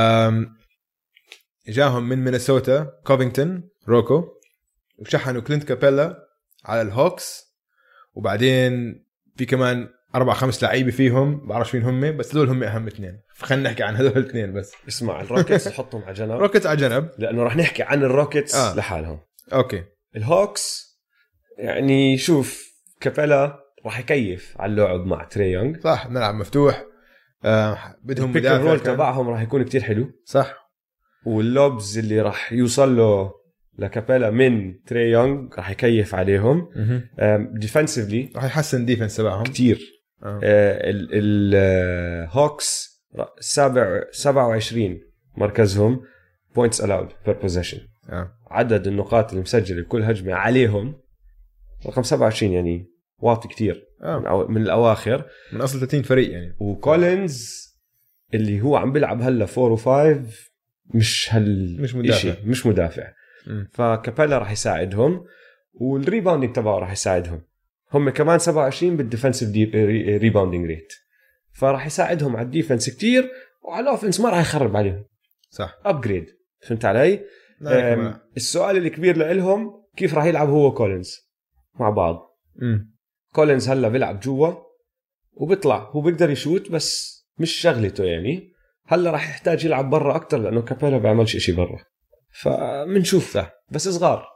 جاهم من مينيسوتا كوفينغتون روكو وشحنوا كلينت كابيلا على الهوكس وبعدين في كمان أربع خمس لعيبة فيهم بعرفش مين هم بس دول هم أهم اثنين فخلنا نحكي عن هذول الاثنين بس. اسمع الروكيتس نحطهم على جنب روكيتس على جنب لأنه رح نحكي عن الروكيتس آه. لحالهم. أوكي الهوكس يعني شوف كابيلا راح يكيف على اللعب مع تري يونغ صح ملعب مفتوح آه بدهم مدافع الرول تبعهم راح يكون كتير حلو صح واللوبز اللي راح يوصل له لكابيلا من تري يونغ راح يكيف عليهم ديفنسيفلي راح يحسن ديفنس تبعهم كتير آه. آه الهوكس سبعة سبعة وعشرين مركزهم points allowed per possession آه. عدد النقاط المسجلة بكل هجمة عليهم رقم سبعة وعشرين يعني واطي كتير آه. من الأواخر من أصل ثلاثين فريق يعني. وكولينز اللي هو عم بيلعب هلا فور وفايف مش هال مش مدافع مش مدافع م. فكابيلا راح يساعدهم والريباوندينج تبعه راح يساعدهم هم كمان سبعة وعشرين بالديفنسيف ريباوندينج ريت، فراح يساعدهم على الديفنس كتير، وعلى الاوفنس ما راح يخرب عليهم. صح ابجريد. فهمت علي؟ السؤال الكبير لهم كيف راح يلعب هو كولينز مع بعض. م. كولينز هلا بيلعب جوا وبيطلع، هو بيقدر يشوت بس مش شغلته يعني. هلا راح يحتاج يلعب برا اكتر لانه كابيلا بيعملش اشي برا، فمنشوف ده بس صغار،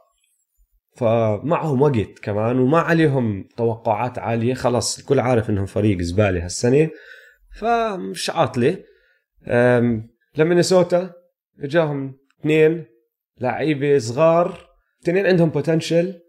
فمعهم وقت كمان وما عليهم توقعات عالية. خلاص الكل عارف انهم فريق زبالة هالسنة، فمش عاطلة. لمينيسوتا اجاهم اثنين لعيبة صغار، اثنين عندهم بوتنشل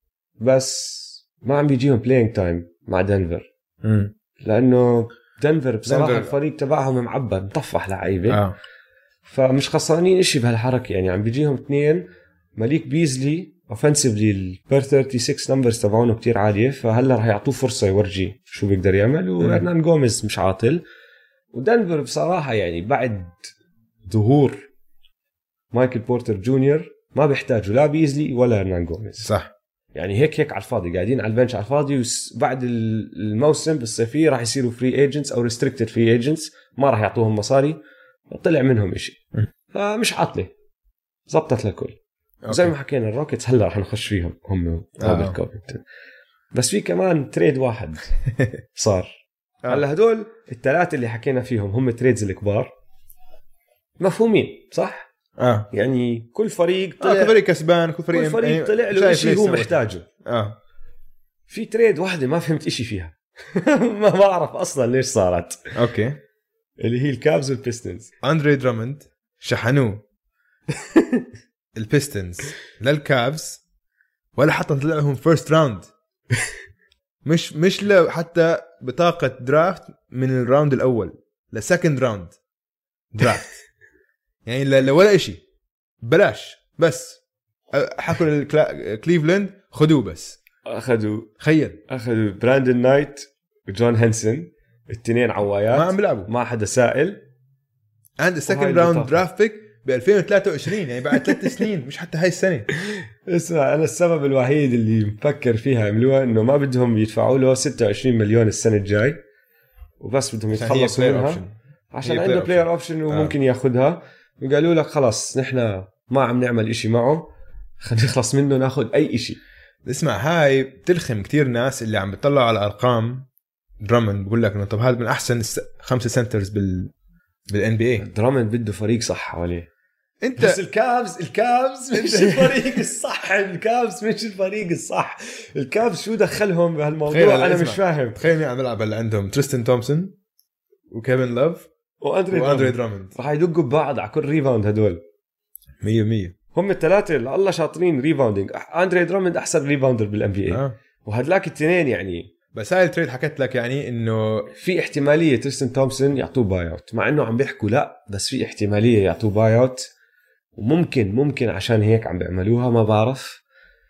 بس ما عم بيجيهم بلاينج تايم مع دنفر. م. لانه دنفر بصراحة دنفر. الفريق تبعهم معبى مطفح لعيبة آه. فمش خسرانين اشي بهالحركة يعني. عم بيجيهم اثنين، ماليك بيزلي اوفنسيفلي البير ستة وثلاثين نمبرز تبعونه كتير عالية، فهلا رح يعطوه فرصة يورجي شو بيقدر يعمل. وهرنان غوميز مش عاطل. ودنفر بصراحة يعني بعد ظهور مايكل بورتر جونيور ما بيحتاجوا لا بيزلي ولا هرنان غوميز. صح يعني هيك هيك على الفاضي قاعدين على البنش على الفاضي، وبعد الموسم بالصيفية راح يصيروا فري ايجنتس او ريستريكتد فري ايجنتس، ما راح يعطوهم مصاري، طلع منهم اشي. فمش عاطلة، زبطت للكل. زي ما حكينا الروكيتس هلا رح نخش فيهم هم قبل آه. كوفنتون. بس في كمان تريد واحد صار. هلا هدول الثلاثة اللي حكينا فيهم هم تريدز الكبار مفهومين صح؟ اه يعني كل فريق طلع آه. كل فريق كسبان، كل فريق, كل فريق طلع له شيء هو محتاجه. اه في تريد واحدة ما فهمت إشي فيها ما بعرف أصلا ليش صارت. اوكي اللي هي الكابز والبيستنز. أندري دراموند شحنوه البيستنز للكابز، ولا حتى طلع لهم فيرست راوند، مش مش له حتى بطاقة درافت من الراوند الأول لسكند راوند درافت يعني لا ولا إشي بلاش. بس حكوا كليفلاند خدوه، بس أخذوا خيل أخذوا براندن نايت وجون هنسون، التنين عوايات ما عم بيلعبوا، ما حدا سائل. عند السكند راوند درافت بيك ب ألفين وثلاثة وعشرين يعني بعد ثلاث سنين، مش حتى هاي السنة. اسمع أنا السبب الوحيد اللي مفكر فيها عملوها إنه ما بدهم يدفعوا له ستة وعشرين مليون السنة الجاي، وبس بدهم يتخلصوا منها option. عشان عنده بلاير اوبشن وممكن آه. ياخدها. وقالوا لك خلاص نحن ما عم نعمل إشي معه، خلينا نخلص منه ناخد أي إشي. اسمع هاي بتلخم كتير ناس اللي عم بيطلعوا على أرقام درامن، بقول لك إنه طب هذا من أحسن خمسة سنترز بال بالان بي اي. درامن بده فريق صح حواليه. انت بس الكابز الكابز مش الفريق الصح. الكابز مش الفريق الصح. الكابز شو دخلهم بهالموضوع انا مش فاهم. تخيل عم بلعب اللي عندهم تريستن تومسون وكيفن لوف واندري واندري دراموند، راح يدقوا ببعض على كل ريباوند. هدول مية مية هم الثلاثه اللي الله شاطرين ريباوندينج. اندري دراموند احسن ريباوندر بالان بي اي آه. وهدلاك الاثنين يعني. بس هاي التريد حكيت لك يعني انه في احتماليه تريستن تومسون يعطوه باي اوت، مع انه عم بيحكوا لا، بس في احتماليه يعطوه باي اوت، وممكن ممكن عشان هيك عم بيعملوها ما بعرف.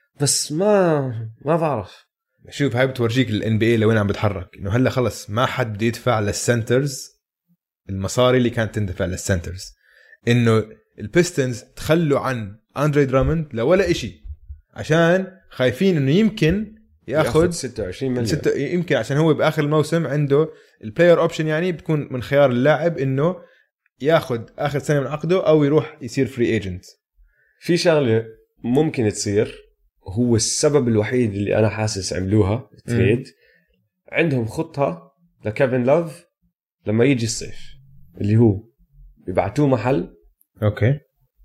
بس ما ما بعرف. شوف هاي بتورجيك الان بي اي لوين عم بتحرك، انه هلا خلص ما حد بده يدفع للسنترز المصاري اللي كانت تندفع للسنترز. انه البيستنز تخلوا عن اندري دراموند لولا إشي عشان خايفين انه يمكن ياخذ ستة وعشرين مليون ستة، يمكن عشان هو باخر الموسم عنده البلاير اوبشن، يعني بتكون من خيار اللاعب انه ياخذ اخر سنه من عقده او يروح يصير فري ايجنت. في شغله ممكن تصير، هو السبب الوحيد اللي انا حاسس عملوها تريد. عندهم خطه لكيفن لوف لما يجي الصيف، اللي هو يبعتوه محل اوكي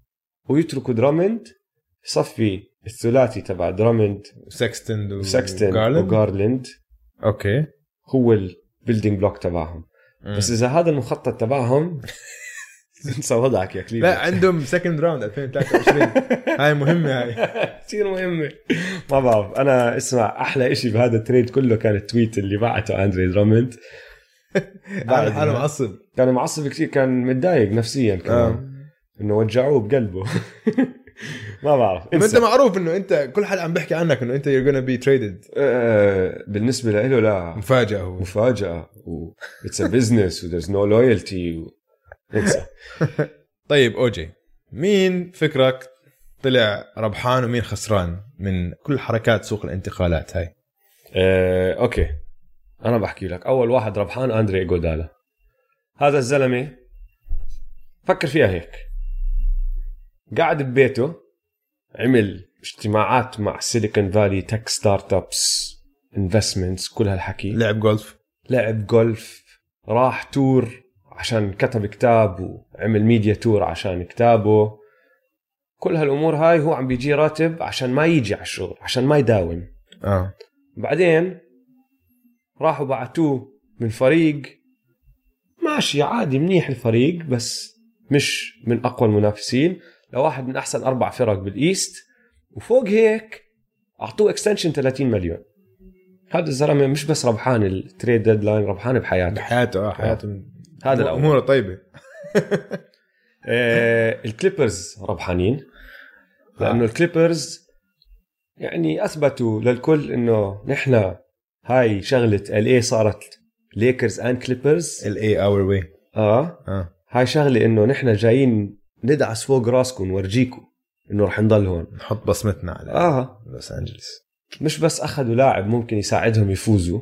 ويتركوا درامند يصفي الثلاثي تبع درامند وسكستن وسكستن وغارلند. اوكي هو البيلدينج بلوك تبعهم. مم. بس اذا هذا المخطط تبعهم انسى وضعك يا كليف. لا عندهم سكند راوند ألفين وثلاثة وعشرين هاي مهمه، هاي كثير مهمه. ما بعرف انا. اسمع احلى إشي بهذا التريد كله كان التويت اللي بعته اندري درامند. انا معصب، كان معصب كثير، كان متضايق نفسيا كمان آه. انه وجعوه بقلبه. ما بعرف. انت معروف انه انت كل حد عم بيحكي عنك انه انت you're gonna be traded. آه بالنسبه له لا، مفاجاه. هو مفاجاه و it's a business و there's no loyalty و... انسى. طيب اوجي، مين فكرك طلع ربحان ومين خسران من كل حركات سوق الانتقالات هاي؟ آه، اوكي انا بحكي لك اول واحد ربحان اندري إيغودالا. هذا الزلمه فكر فيها هيك، قاعد ببيته عمل اجتماعات مع سيليكون فالي تك ستارت ابس انفستمنتس كل هالحكي، لعب جولف لعب جولف، راح تور عشان كتب كتاب وعمل ميديا تور عشان كتابه. كل هالامور هاي هو عم بيجي راتب عشان ما يجي على الشغل، عشان ما يداوم. اه بعدين راحوا بعتوه من فريق ماشي عادي منيح الفريق بس مش من اقوى المنافسين لواحد من احسن اربع فرق بالايست، وفوق هيك اعطوه اكستنشن ثلاثين مليون. هذا الزلمه مش بس ربحان التريد ديدلاين، ربحان بحياته بحياته اه حياته هذا الأول. اموره طيبه. آه الكليبرز ربحانين لانه آه. الكليبرز يعني اثبتوا للكل انه نحن هاي شغله ال اي صارت ليكرز اند كليبرز. ال اي اور واي اه اه هاي شغله انه نحن جايين ندعس فوق راسكم ونورجيكم انه رح نضل هون، نحط بصمتنا على اه لوس انجلس. مش بس اخذوا لاعب ممكن يساعدهم يفوزوا،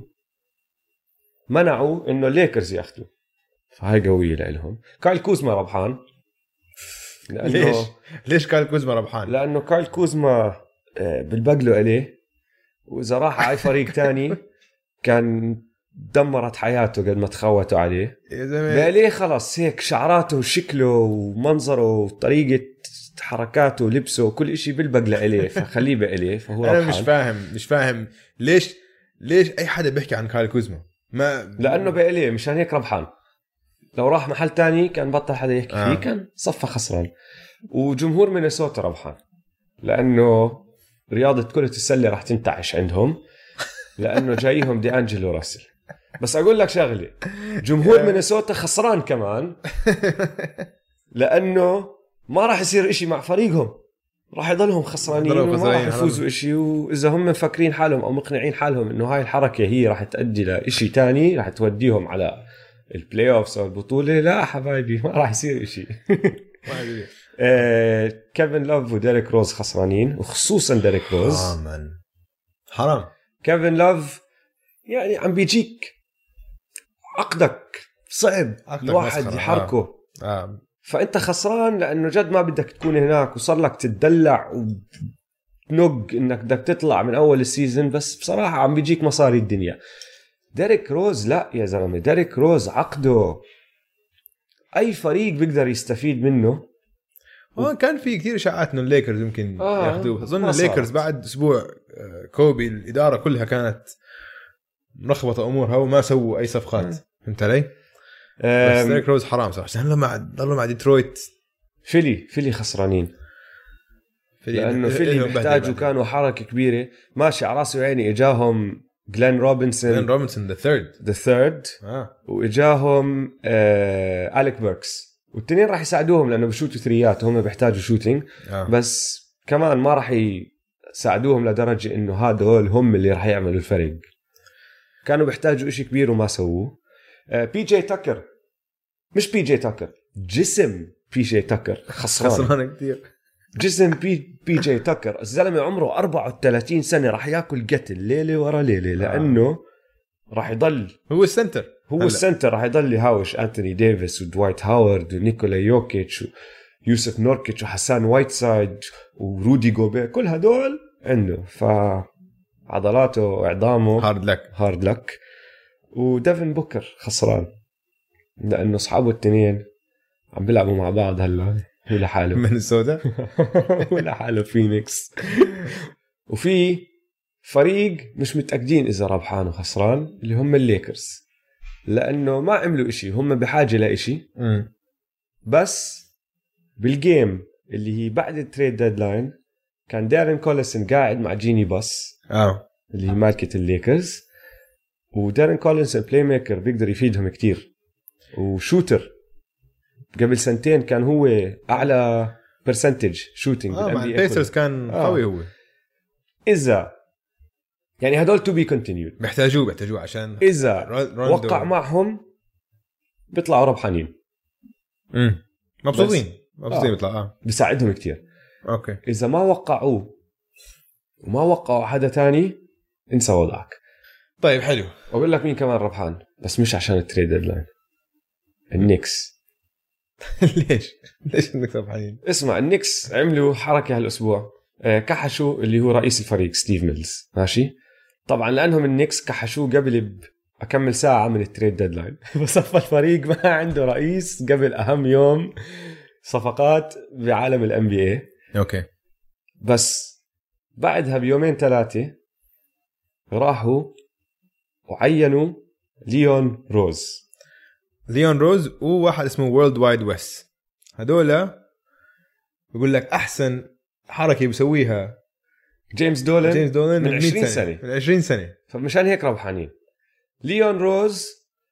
منعوا انه الليكرز ياخذوا، فهاي قويه لهم. كايل كوزما ربحان لأنه ليش ليش كايل كوزما ربحان؟ لانه كايل كوزما بالبقلوا عليه، واذا راح على فريق تاني كان دمرت حياته قد ما تخوتوا عليه. بقليه خلاص هيك شعراته وشكله ومنظره وطريقه حركاته ولبسه وكل إشي بالبقلة عليه، فخليه بقليه. فهو انا ربحان. مش فاهم مش فاهم ليش ليش اي حدا بيحكي عن كايل كوزما؟ ما لانه بقليه مشان هيك ربحان. لو راح محل تاني كان بطل حدا يحكي آه. فيه، كان صفى خسران. وجمهور مينيسوتا ربحان لانه رياضه كرة السله راح تنتعش عندهم لانه جايهم دي أنجلو راسل. بس اقول لك شغله، جمهور مينيسوتا خسران كمان لانه ما راح يصير إشي مع فريقهم، راح يضلهم خسرانين وما راح يفوزوا إشي. واذا هم مفكرين حالهم او مقنعين حالهم انه هاي الحركه هي راح تؤدي لإشي تاني، راح توديهم على البلاي اوفز او البطوله، لا حبايبي ما راح يصير إشي. آه، كيفن لوف وديريك روز خسرانين، وخصوصا ديريك روز حرام حرام. كيفن لوف يعني عم بيجيك عقدك صعب الواحد يحركه. آه. آه. فانت خسران لانه جد ما بدك تكون هناك، وصار لك تدلع ونق انك بدك تطلع من اول السيزن، بس بصراحه عم بيجيك مصاري الدنيا. ديريك روز لا يا زلمه، ديريك روز عقده اي فريق بيقدر يستفيد منه. اه كان في كثير اشاعات انه الليكرز يمكن آه ياخذوه. اظن الليكرز بعد اسبوع كوبي الاداره كلها كانت ملخبطه امورها وما سووا اي صفقات. فهمت علي؟ بس ديريك روز حرام صراحه، لانه مع ضلوا مع ديترويت. فيلي فيلي خسرانين فيلي لانه فيلي محتاجوا كانوا حركه كبيره. ماشي على راسي وعيني، اجاهم جلين روبنسون جلين روبنسون ذا ثيرد ذا ثيرد اه واجاهم آه أليك بيركس، والتنين راح يساعدوهم لانه بشوتوا ثريات وهم بيحتاجوا شوتينج. آه. بس كمان ما راح يساعدوهم لدرجه انه هذول هم اللي راح يعملوا الفرق. كانوا بيحتاجوا إشي كبير وما سووه. آه بي جي تاكر، مش بي جي تاكر، جسم بي جي تاكر خسران خسران كثير. جسم بي بي جي تاكر الزلمه عمره أربعة وثلاثين سنه، راح ياكل قتل ليله ورا ليله لانه آه. راح يضل هو السنتر هو هلأ. السنتر راح يضل يهاوش أنتوني ديفيس ودوايت هاورد ونيكولا يوكيتش ويوسف نوركيتش وحسان وايتسايد ورودي جوبير، كل هدول عنده. فعضلاته وإعظامه هارد لك هارد لك. وديفن بوكر خسران لأنه أصحابه التنين عم بيلعبوا مع بعض هلا، هو لحاله من السودا هو لحاله فينيكس. وفي فريق مش متأكدين إذا ربحان وخسران اللي هم الليكرز، لأنه ما عملوا إشي، هم بحاجة لإشي. م. بس بالجيم اللي هي بعد التريد ديدلاين كان دارين كوليسن قاعد مع جيني باس آه. اللي هي مالكة الليكرز، ودارين كوليسن بلاي ميكر بيقدر يفيدهم كتير وشوتر. قبل سنتين كان هو أعلى برسنتج شوتينج آه مع البيسرز كان آه. قوي هو. إذا يعني هدول تو بي كونتينيود محتاجوه محتاجوه عشان إذا وقع معهم بيطلعوا ربحانين. امم مبسوطين مبسوطين آه. بيطلع اه بيساعدهم كتير. اوكي إذا ما وقعوه وما وقعوا حدا تاني انسى وضعك. طيب حلو. اقول لك مين كمان ربحان بس مش عشان التريد ديدلاين. النكس. ليش ليش النكس ربحانين؟ اسمع النكس عملوا حركه هالاسبوع، كحشوا اللي هو رئيس الفريق ستيف ميلز ماشي. طبعا لانهم النكس كحشوه قبل بأكمل ساعه من التريد ديدلاين بصفى الفريق ما عنده رئيس قبل اهم يوم صفقات بعالم الام بي اي. اوكي. بس بعدها بيومين ثلاثه راحوا وعينوا ليون روز. ليون روز وواحد اسمه وورلد وايد ويست. هذولا بيقول لك احسن حركه بيسويها جيمس دولن, جيمس دولن من عشرين سنة. سنه من عشرين سنه. فمشان هيك ربحانين. ليون روز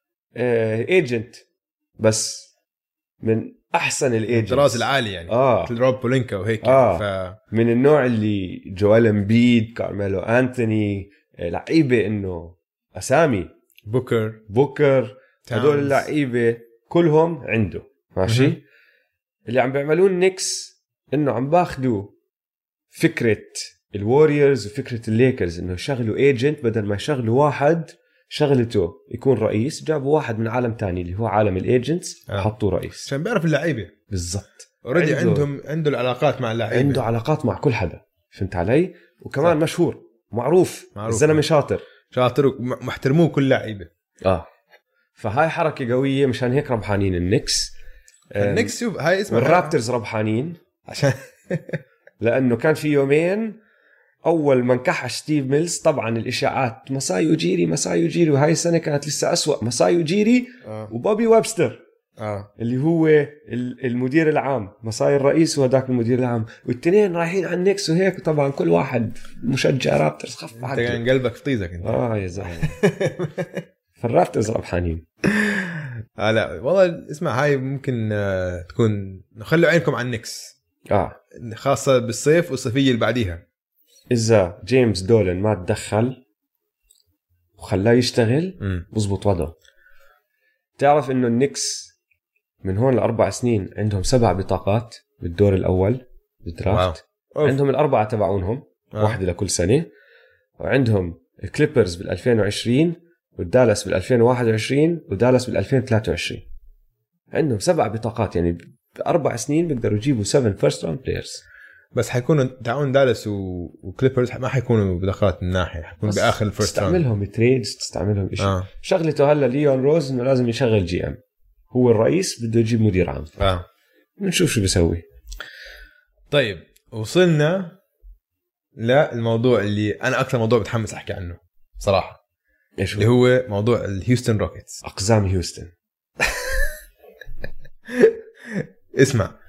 آه ايجنت بس من احسن الايجنتس الطراز العالي يعني اه مثل روب بولينكا وهيك. آه. ف... من النوع اللي جوال امبيد كارميلو انتوني لعيبه انه اسامي بوكر بوكر هدول اللعيبه كلهم عنده ماشي. م-م. اللي عم بيعملوه النكس انه عم باخدوا فكره الواريورز وفكره الليكرز انه يشغلوا ايجنت بدل ما يشغلوا واحد شغلته يكون رئيس. جابوا واحد من عالم تاني اللي هو عالم الايجنتس آه. حطوه رئيس عشان بيعرف اللعيبه بالضبط. اوريدي عندهم عنده العلاقات مع اللعيبه، عنده علاقات مع كل حدا فهمت علي. وكمان صح. مشهور معروف, معروف. الزلمه شاطر شاطر ومحترموه كل لعيبه. اه فهاي حركه قويه مشان هيك ربحانين النكس. النكس شوف هاي اسمها الرابترز ربحانين عشان لانه كان في يومين اول ما انكحش ستيف ميلز طبعا الاشاعات مساي وجيري مساي وجيري وهاي السنه كانت لسه أسوأ مساي وجيري آه. وبوبي ويبستر آه. اللي هو المدير العام مساي الرئيس وهداك المدير العام والاثنين رايحين على النكس وهيك. طبعا كل واحد مشجع رابترز خف انت كان قلبك في طيزك انت. اه يا زلمه فالرابترز ربحانين. آه لا والله اسمع هاي ممكن آه تكون نخلوا عينكم على النكس اه خاصه بالصيف والصيفيه اللي بعديها. إذا جيمس دولن ما تدخل وخلاه يشتغل بزبط وضعه. تعرف إنه النكس من هون لأربع سنين عندهم سبع بطاقات بالدور الأول بالدرافت. عندهم الأربعة تبعونهم آه. واحدة لكل سنة. وعندهم الكليبرز بالألفين وعشرين والدالاس بالألفين وواحد وعشرين ودالاس بالألفين وثلاثة وعشرين. عندهم سبع بطاقات يعني بأربع سنين بيقدروا يجيبوا سبعة فيرست راوند بلايرز. بس حيكونوا تعاون دالاس وكليبرز ما حيكونوا بدخلات من ناحيه حيكون باخر الفيرست راوند. تستعملهم تريدز تستعملهم شيء آه. شغلته هلا ليون روز انه لازم يشغل جي ام هو الرئيس بده يجيب مدير عام اه نشوف شو بيسوي. طيب وصلنا للموضوع اللي انا اكثر موضوع بتحمس احكي عنه صراحه ايش اللي هو موضوع الهيوستن روكيتس اقزام هيوستن. اسمع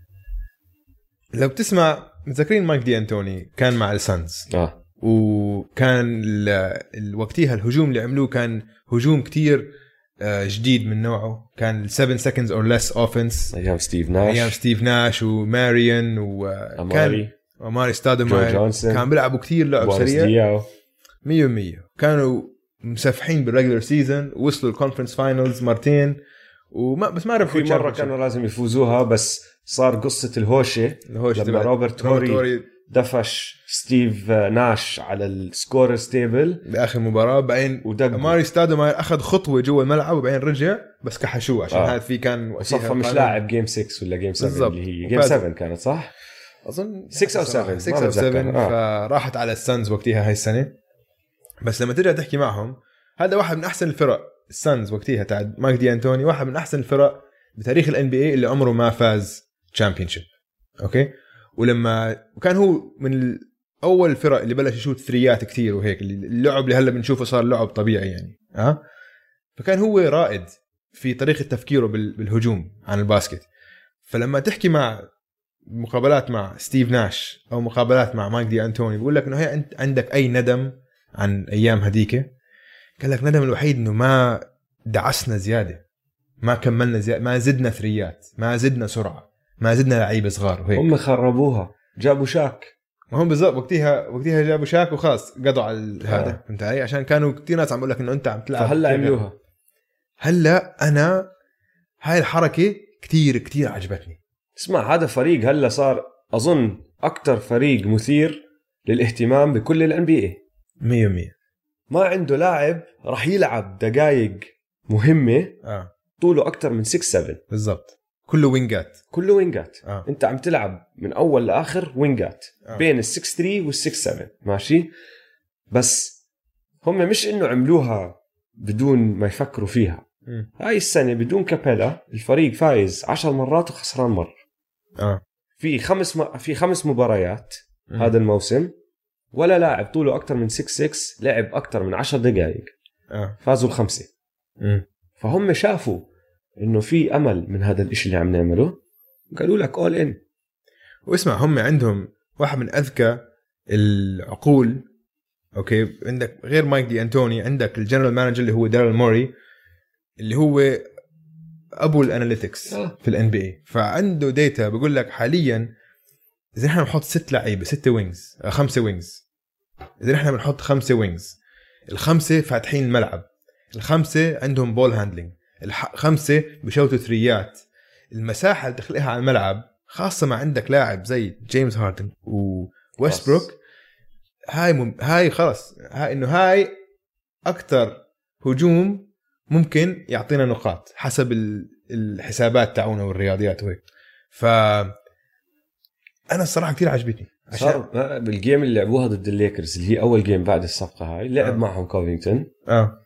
لو بتسمع متذكرين مايك دي أنتوني كان مع السانز اه وكان وقتها الهجوم اللي عملوه كان هجوم كتير جديد من نوعه. كان seven seconds or less offense ايام ستيف ناش ايام ستيف ناش وماريان وكان اماري ستادوماير كان بيلعبوا كتير لعب سريع مية بالمية. كانوا مسافحين بالريجولر سيزون وصلوا الكونفرنس فاينلز مرتين وما بس ما عرفوا. في مرة كانوا لازم يفوزوها بس صار قصة الهوشة, الهوشة لما روبرت هوري دفش ستيف ناش على السكور ستيبل بآخر مباراة. بعدين ماري ستادوماير أخذ خطوة جوا الملعب وبعدين رجع بس كحشوه عشان آه. هذا في كان وصفة مش لاعب جيم ستة ولا جيم سبعة اللي هي جيم سبعة كانت صح أظن ستة أو سبعة ستة أو سبعة آه. فراحت على السانز وقتها هاي السنة. بس لما ترجع تحكي معهم هذا واحد من أحسن الفرق السانز وقتها تاع مايك دي أنتوني واحد من أحسن الفرق بتاريخ ال إن بي إيه اللي عمره ما فاز تشامبيونشيب. أوكي ولما وكان هو من أول الفرق اللي بلش يشوت ثريات كتير وهيك اللعب اللي هلا بنشوفه صار لعب طبيعي يعني أه فكان هو رائد في طريقة تفكيره بالهجوم عن الباسكت. فلما تحكي مع مقابلات مع ستيف ناش أو مقابلات مع مايك دي أنتوني بيقول لك إنه هي أنت عندك أي ندم عن أيام هديكه. قال لك ندم الوحيد إنه ما دعسنا زيادة ما كملنا زيادة ما زدنا ثريات ما زدنا سرعة ما زدنا لعيبة صغار وهيك. هم خربوها جابوا شاك ما هم بالضبط وقتها وقتها جابوا شاك وخلاص قضوا على هذا فهمت علي عشان كانوا كتير ناس عم يقول لك إنه أنت عم تلعب. فهلا عملوها هلا أنا هاي الحركة كتير كتير عجبتني. اسمع هذا فريق هلا صار أظن أكتر فريق مثير للاهتمام بكل ال إن بي إيه مية مية. ما عنده لاعب راح يلعب دقائق مهمة اه طوله أكتر من ستة سبعة. بالضبط كله وينجات. كله وينجات. آه. انت عم تلعب من اول لاخر وينجات. آه. بين ال6 ثلاثة وال6 سبعة ماشي. بس هم مش انه عملوها بدون ما يفكروا فيها. م. هاي السنة بدون كابيلا الفريق فايز عشر مرات وخسران مرة. اه في خمس م... في خمس مباريات م. هذا الموسم ولا لاعب طوله اكتر من ستة ستة لعب اكتر من عشر دقائق. اه فازوا الخمسة. م. فهم شافوا انه في امل من هذا الاشي اللي عم نعمله قالوا لك اول ان. واسمع هم عندهم واحد من اذكى العقول. اوكي عندك غير مايك دي انتوني عندك الجنرال مانجر اللي هو داريل موري اللي هو ابو الاناليتكس آه. في الان بي اي. فعنده ديتا بيقول لك حاليا اذا احنا بنحط ست لعيبه ستة وينجز خمسه وينجز اذا احنا بنحط خمسه وينجز الخمسه فاتحين الملعب الخمسه عندهم بول هاندلنج الخمسه بشوتوا ثريات المساحه اللي تخلقها على الملعب خاصه ما عندك لاعب زي جيمس هاردن وويستبروك هاي مم... هاي خلص هاي انه هاي اكثر هجوم ممكن يعطينا نقاط حسب الحسابات تاعونا والرياضيات وهيك. ف انا الصراحه كثير عجبتني عشان بالجيم اللي لعبوها ضد الليكرز اللي هي اول جيم بعد الصفقه هاي لعب آه. معهم كوفينغتون. اه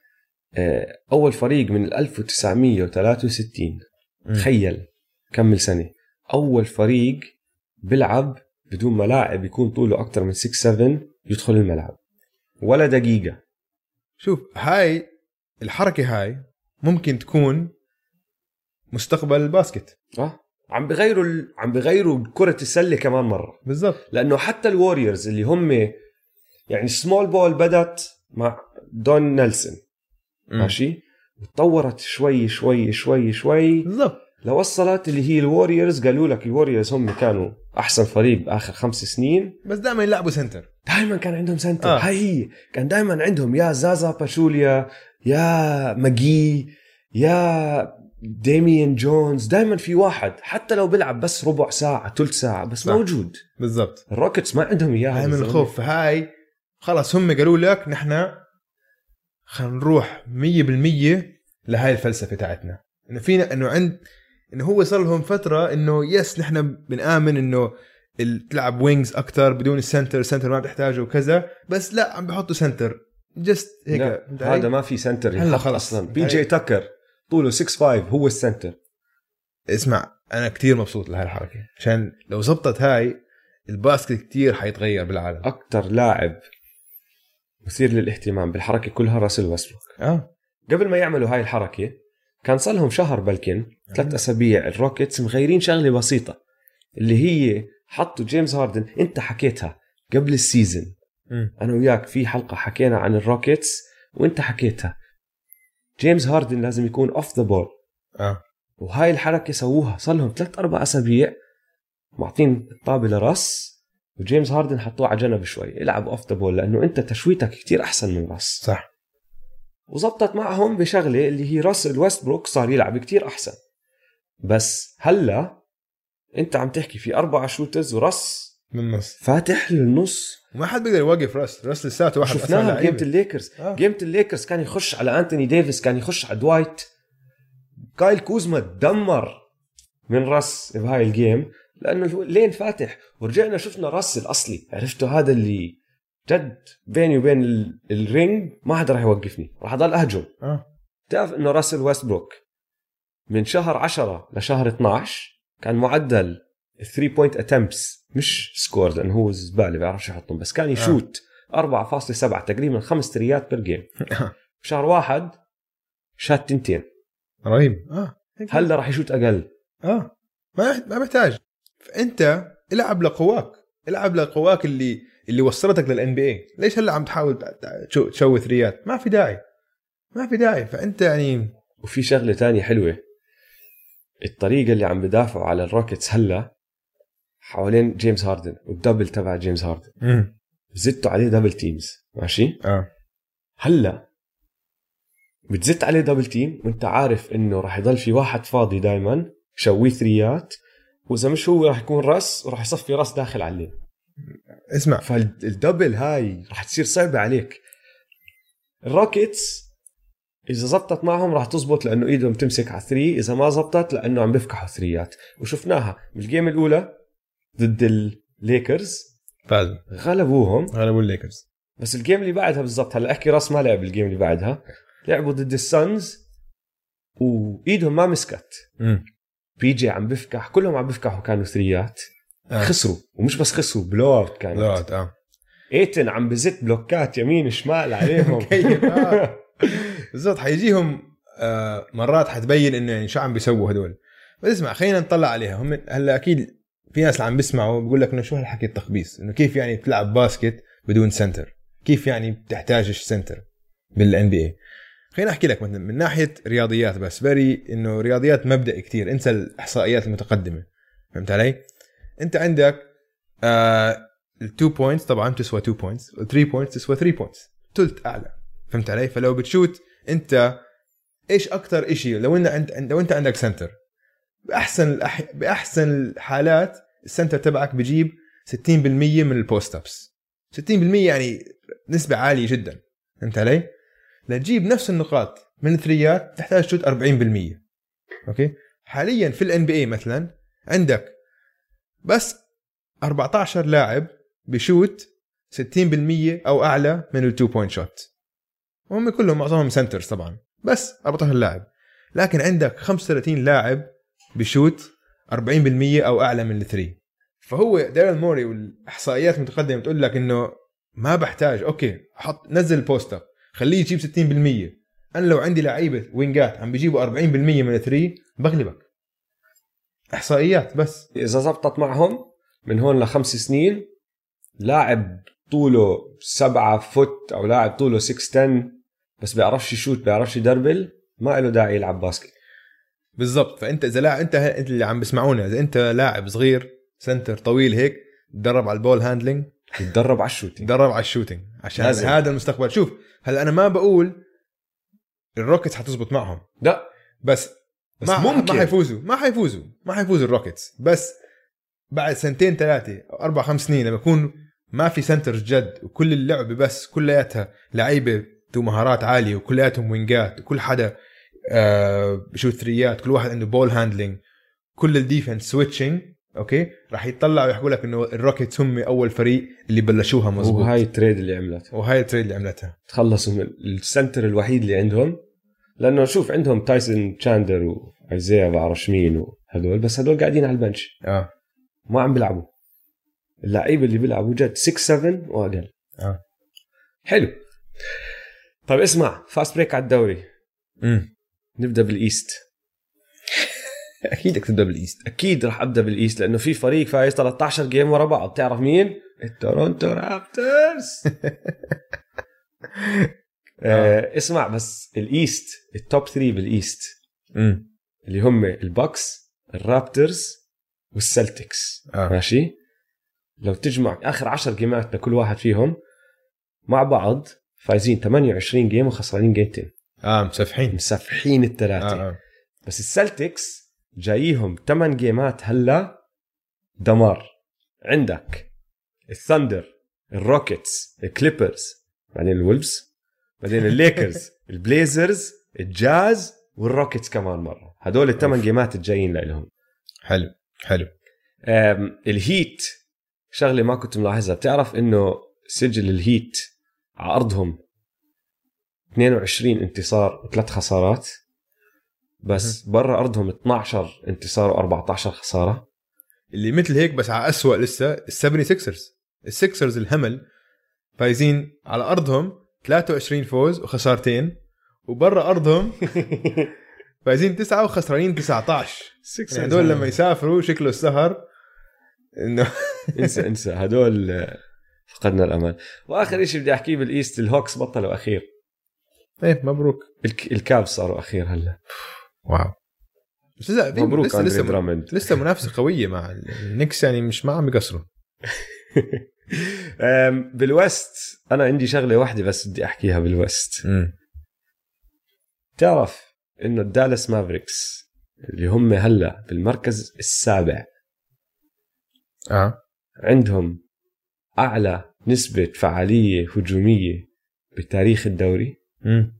اول فريق من ألف وتسعمية وثلاثة وستين. م. تخيل كمل سنه اول فريق بيلعب بدون ما لاعب يكون طوله اكتر من ستة سبعة يدخل الملعب ولا دقيقه. شوف هاي الحركه هاي ممكن تكون مستقبل الباسكت. اه عم بغيروا ال... عم بغيروا كره السله كمان مره. بالضبط لانه حتى الواريورز اللي هم يعني سمول بول بدت مع دون نيلسون ماشي وتطورت شوي شوي شوي شوي بالضبط لوصلت اللي هي الواريورز. قالوا لك الواريورز هم كانوا احسن فريق باخر خمس سنين بس دائما يلعبوا سنتر. دائما كان عندهم سنتر. آه. هاي هي كان دائما عندهم يا زازا باشوليا يا ماجي يا ديميان جونز. دائما في واحد حتى لو بيلعب بس ربع ساعة ثلث ساعة بس صح. موجود. بالضبط الروكيتس ما عندهم إياها هاي من الخوف. هاي خلاص هم قالوا لك نحن خلينا نروح مية بالمية لهاي الفلسفة تاعتنا إنه فينا إنه عند إنه هو صار لهم فترة إنه يس نحن بنآمن إنه تلعب وينجز أكتر بدون السنتر السنتر ما بتحتاجه وكذا بس لا عم بحطوا سنتر جست هيك. هذا ما في سنتر هلا خلاص أصلا. بي جي تاكر طوله ستة خمسة هو السنتر. اسمع أنا كتير مبسوط لهاي الحركة عشان لو زبطت هاي الباسكت كتير حيتغير بالعالم. أكتر لاعب مثير للاهتمام بالحركة كلها راسل ويستبروك. آه. قبل ما يعملوا هاي الحركة كان صار لهم شهر بلكن ثلاث أسابيع الروكيتس مغيرين شغلة بسيطة اللي هي حطوا جيمس هاردن. انت حكيتها قبل السيزن م. أنا وياك في حلقة حكينا عن الروكيتس وانت حكيتها جيمس هاردن لازم يكون اوف ذا بول. اه وهاي الحركة سووها صار لهم ثلاث أربع أسابيع معطين الطابة لرأس وجيمس هاردن حطوه على جنب شوي العب اوف ذا بول لأنه انت تشويتك كتير أحسن من رأس. صح. وزبطت معهم بشغلة اللي هي راسل ويستبروك صار يلعب كتير أحسن. بس هلا انت عم تحكي في أربعة شوترز ورأس من النص فاتح للنص وما حد بيقدر يوقف راس راس لساته واحد. شفناها بجيمة الليكرز. آه. جيمة الليكرز كان يخش على أنتوني ديفيس كان يخش على دوايت. كايل كوزما تدمر من راس بهاي الجيم لأنه لين فاتح. ورجعنا شفنا راس الأصلي عرفتوا هذا اللي جد بيني وبين الرينج ما حدا راح يوقفني راح أضل أهجم. آه. تعرف إنه راسل ويستبروك من شهر عشرة لشهر اثناشر كان معدل ثري بوينت attempts مش سكور لأنه هو زبالة بيعرفش يحطهم بس كان يشوت آه. أربعة فاصلة سبعة تقريبا خمس تريات بير جيم. شهر واحد شات تنتين رهيب. اه هلا راح يشوت أقل. اه ما ما محتاج. فأنت العب لقواك العب لقواك اللي اللي وصلتك للان بي اي. ليش هلا عم تحاول تشوي ثريات؟ ما في داعي ما في داعي. فأنت يعني وفي شغلة تانية حلوة الطريقة اللي عم بدافعوا على الروكيتس هلا حوالين جيمس هاردن والدبل تبع جيمس هاردن امم زدتوا عليه دبل تيمز ماشي. اه هلا بتزت عليه دبل تيم وانت عارف انه راح يضل في واحد فاضي دايما شوي ثريات واذا مش هو راح يكون راس وراح يصفي راس داخل عليه. اسمع فالدبل هاي راح تصير صعبة عليك. الروكيتس اذا زبطت معهم راح تزبط لانه ايدهم تمسك على ثري، اذا ما زبطت لانه عم بيفكحوا ثريات. وشفناها بالجيم الاولى ضد الليكرز فازوا غلبوهم غلبوا الليكرز. بس الجيم اللي بعدها بالضبط، هلا احكي راس ما لعب الجيم اللي بعدها، لعبوا ضد السانز وايدهم ما مسكت. امم بي جي عم بفكح، كلهم عم بفكحوا كانوا ثريات. آه. خسروا، ومش بس خسروا، بلوت كانت. بلوت اه ايتن عم بزت بلوكات يمين شمال عليهم. كيف آه. بالضبط حيجيهم آه مرات حتبين انه يعني شو عم بيسووا هدول. بس اسمع خلينا نطلع عليها. هم هلا اكيد في ناس اللي عم بيسمعوا بيقول لك انه شو هالحكي التخبيص، انه كيف يعني بتلعب باسكت بدون سنتر، كيف يعني بتحتاج سنتر بالان بي اي. خلينا احكي لك مثلا من ناحيه رياضيات، بس بري انه رياضيات مبدئي كتير، انسى الاحصائيات المتقدمه. فهمت علي؟ انت عندك آه التو بوينتس طبعا تسوى تو بوينتس، والثري بوينتس تسوى ثري بوينتس، ثلث اعلى. فهمت علي؟ فلو بتشوت انت ايش اكتر اشي، لو انت عند لو انت عندك سنتر باحسن الأح... باحسن الحالات السنتر تبعك بجيب ستين بالمية من البوست ابس. ستين بالمية يعني نسبه عاليه جدا. فهمت علي؟ لتجيب نفس النقاط من الثريات تحتاج تشوت أربعين بالمية. اوكي حاليا في الان بي اي مثلا عندك بس أربعة عشر لاعب بشوت ستين بالمية او اعلى من التو بوينت شوت، وهم كلهم معظمهم سنترز طبعا، بس أربعة عشر لاعب. لكن عندك خمسة وثلاثين لاعب بشوت أربعين بالمية او اعلى من الثري. فهو داريل موري والاحصائيات المتقدمه بتقول لك انه ما بحتاج اوكي حط نزل البوست اب خليه يجيب ستين بالمية. انا لو عندي لعيبه وينجات عم بيجيبوا أربعين بالمية من الثري بغلبك. احصائيات بس. اذا زبطت معهم من هون لخمس سنين لاعب طوله سبعة فوت او لاعب طوله ستة عشرة بس بيعرفش يشوت بيعرفش يدربل، ما له داعي يلعب باسكت. بالضبط. فانت اذا لاعب انت اللي عم بسمعونا، اذا انت لاعب صغير سنتر طويل هيك تدرب على البول هاندلنج، تدرب على الشوتينج، تدرب على الشوتينج عشان لازم. هذا المستقبل. شوف هلا انا ما بقول الروكيتس حتزبط معهم، لا بس, بس ما ممكن ما حيفوزوا ما حيفوزوا ما حيفوزوا الروكيتس. بس بعد سنتين ثلاثه او اربع خمس سنين لما يكون ما في سنترز جد وكل اللعبه بس كلياتها لعيبه ذو مهارات عاليه وكلياتهم وينجات وكل حدا آه بشوت ثريات، كل واحد عنده بول هاندلنج، كل الديفنس سويتشنج، اوكي راح يطلعوا ويحكوا لك انه الروكيتس هم اول فريق اللي بلشوها مظبوط. وهاي التريد اللي عملتها وهاي التريد اللي عملتها تخلصوا من السنتر الوحيد اللي عندهم، لانه شوف عندهم تايسون تشاندر وايزيا بعرفش مين وهدول، بس هدول قاعدين على البنش اه ما عم بيلعبوا. اللعيبه اللي بيلعبوا جد ستة سبعة واقل. اه حلو. طيب اسمع فاست بريك على الدوري. امم نبدا بالايست. اكيد بدك تبدا بالايست. اكيد راح ابدا بالايست لانه في فريق فايز ثلاثة عشر جيم ورا بعض. بتعرف مين؟ التورونتو رابترز. آه اسمع بس الايست التوب ثلاثة بالايست امم اللي هم الباكس الرابترز والسلتكس. آه. ماشي. لو تجمع اخر عشر جيمات لكل واحد فيهم مع بعض فايزين ثمانية وعشرين جيم وخسرانين جيمتين. اه مسفحين مسفحين الثلاثه. آه آه. بس السلتكس جاييهم ثمان جيمات هلا دمار. عندك الثاندر الروكيتس الكليبرز بعدين الولفز بعدين الليكرز البليزرز الجاز والروكيتس كمان مرة. هدول الثمان جيمات الجايين لهم. حلو حلو. الهيت شغلة ما كنت ملاحظها. بتعرف انه سجل الهيت على ارضهم اثنين وعشرين انتصار وثلاث خسارات، بس برا ارضهم اثنا عشر انتصار وأربعة عشر خسارة. اللي مثل هيك بس على أسوأ لسه السبني سيكسرز. السيكسرز الهمل فايزين على ارضهم ثلاثة وعشرين فوز وخسارتين، وبرا ارضهم فايزين تسعة وخسرانين تسعة عشر. يعني هدول لما يسافروا شكله السهر انه انسى انسى هدول فقدنا الامل. واخر شيء بدي احكيه بالايست الهوكس بطلوا اخير. ايه مبروك. الك... الكابز صاروا اخير هلا. واو بس لسه مبروك لسه لسه, درامند. لسه منافسه قويه مع النكس، يعني مش ما عم بيقصروا. بالوست انا عندي شغله واحده بس بدي احكيها بالوست. امم تعرف انه الدالاس مافريكس اللي هم هلا بالمركز السابع اه عندهم اعلى نسبه فعاليه هجوميه بتاريخ الدوري. امم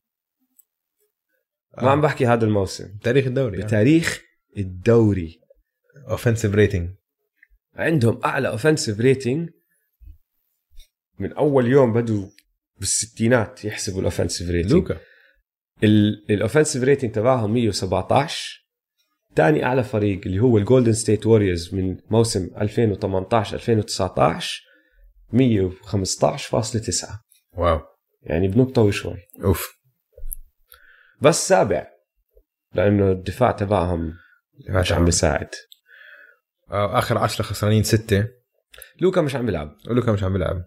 ما عم بحكي هذا الموسم، تاريخ الدوري، بتاريخ الدوري اوفنسيف ريتنج عندهم اعلى اوفنسيف ريتنج من اول يوم بدوا بالستينات يحسبوا الاوفنسيف ريتنج. لوكا الاوفنسيف ريتنج تبعهم مية وسبعتاشر. تاني اعلى فريق اللي هو الجولدن ستيت واريورز من موسم ألفين وثمانية عشر ألفين وتسعة عشر مية وخمسة عشر فاصلة تسعة. واو، يعني بنقطة وشوي. اوف، بس سابع لانه الدفاع تبعهم مش عم بيساعد. اخر عشرة خسرانين ستة. لوكا مش عم بيلعب. لوكا مش عم بيلعب.